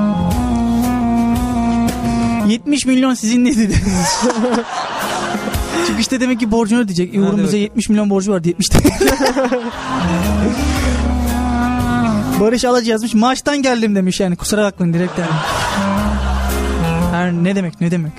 yetmiş milyon sizin ne dedi? Çıkışta demek ki borcunu ödeyecek. Uğur'un bize yetmiş milyon borcu vardı yetmişte. Barış Alacı yazmış. Maçtan geldim demiş yani. Kusura bakmayın direkt yani. Her ne demek ne demek.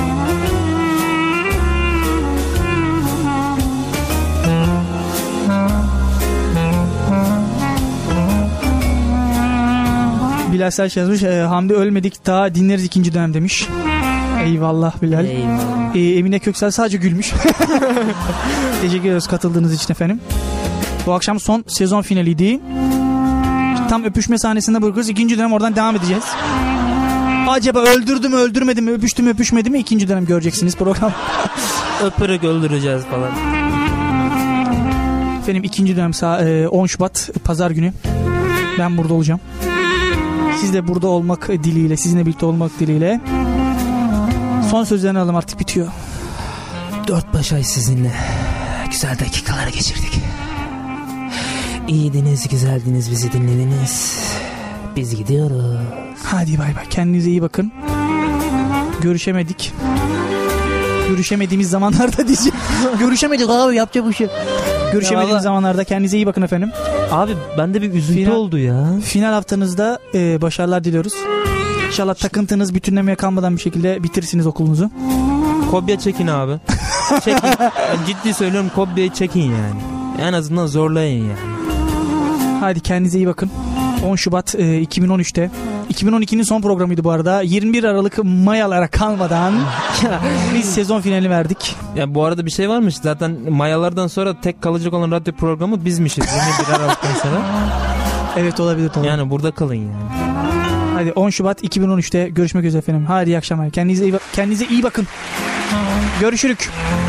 Bilal Selç yazmış. E, Hamdi ölmedik daha dinleriz ikinci dönem demiş. Eyvallah Bilal. Eyvallah. E, Emine Köksal sadece gülmüş. Teşekkür ediyoruz katıldığınız için efendim. Bu akşam son sezon finaliydi. Tam öpüşme sahnesinde bırakıyoruz. İkinci dönem oradan devam edeceğiz. Acaba öldürdü mü öldürmedi mi öpüştü mü öpüşmedi mi ikinci dönem göreceksiniz program. Öpürük öldüreceğiz falan. Efendim ikinci dönem on Şubat pazar günü ben burada olacağım. Siz de burada olmak dileğiyle, sizinle birlikte olmak dileğiyle. Son sözlerini alalım artık bitiyor. Dört baş ay sizinle. güzel dakikalar geçirdik. İyiydiniz, güzeldiniz, bizi dinlediniz. Biz gidiyoruz. Hadi bay bay. Kendinize iyi bakın. Görüşemedik. Görüşemediğimiz zamanlarda diyeceğim. Görüşemedik abi, yapacak bir şey. Görüşemediğimiz vallahi... zamanlarda kendinize iyi bakın efendim. Abi bende bir üzüntü final, oldu ya. Final haftanızda e, başarılar diliyoruz. İnşallah takıntınız bütünlemeye kalmadan bir şekilde bitirirsiniz okulunuzu. Kopya çekin abi. Çekin. Ben ciddi söylüyorum, kopyayı çekin yani. En azından zorlayın yani. Hadi kendinize iyi bakın. on Şubat e, iki bin on üçte iki bin on ikinin son programıydı bu arada. yirmi bir Aralık mayalara kalmadan biz sezon finali verdik. Ya bu arada bir şey varmış. Zaten mayalardan sonra tek kalacak olan radyo programı bizmişiz. yirmi bir Aralık'tan sonra. Evet, olabilir tabii. Yani burada kalın yani. Hadi on Şubat iki bin on üçte görüşmek üzere efendim. Hadi iyi akşamlar. Kendinize iyi, kendinize iyi bakın. Görüşürük.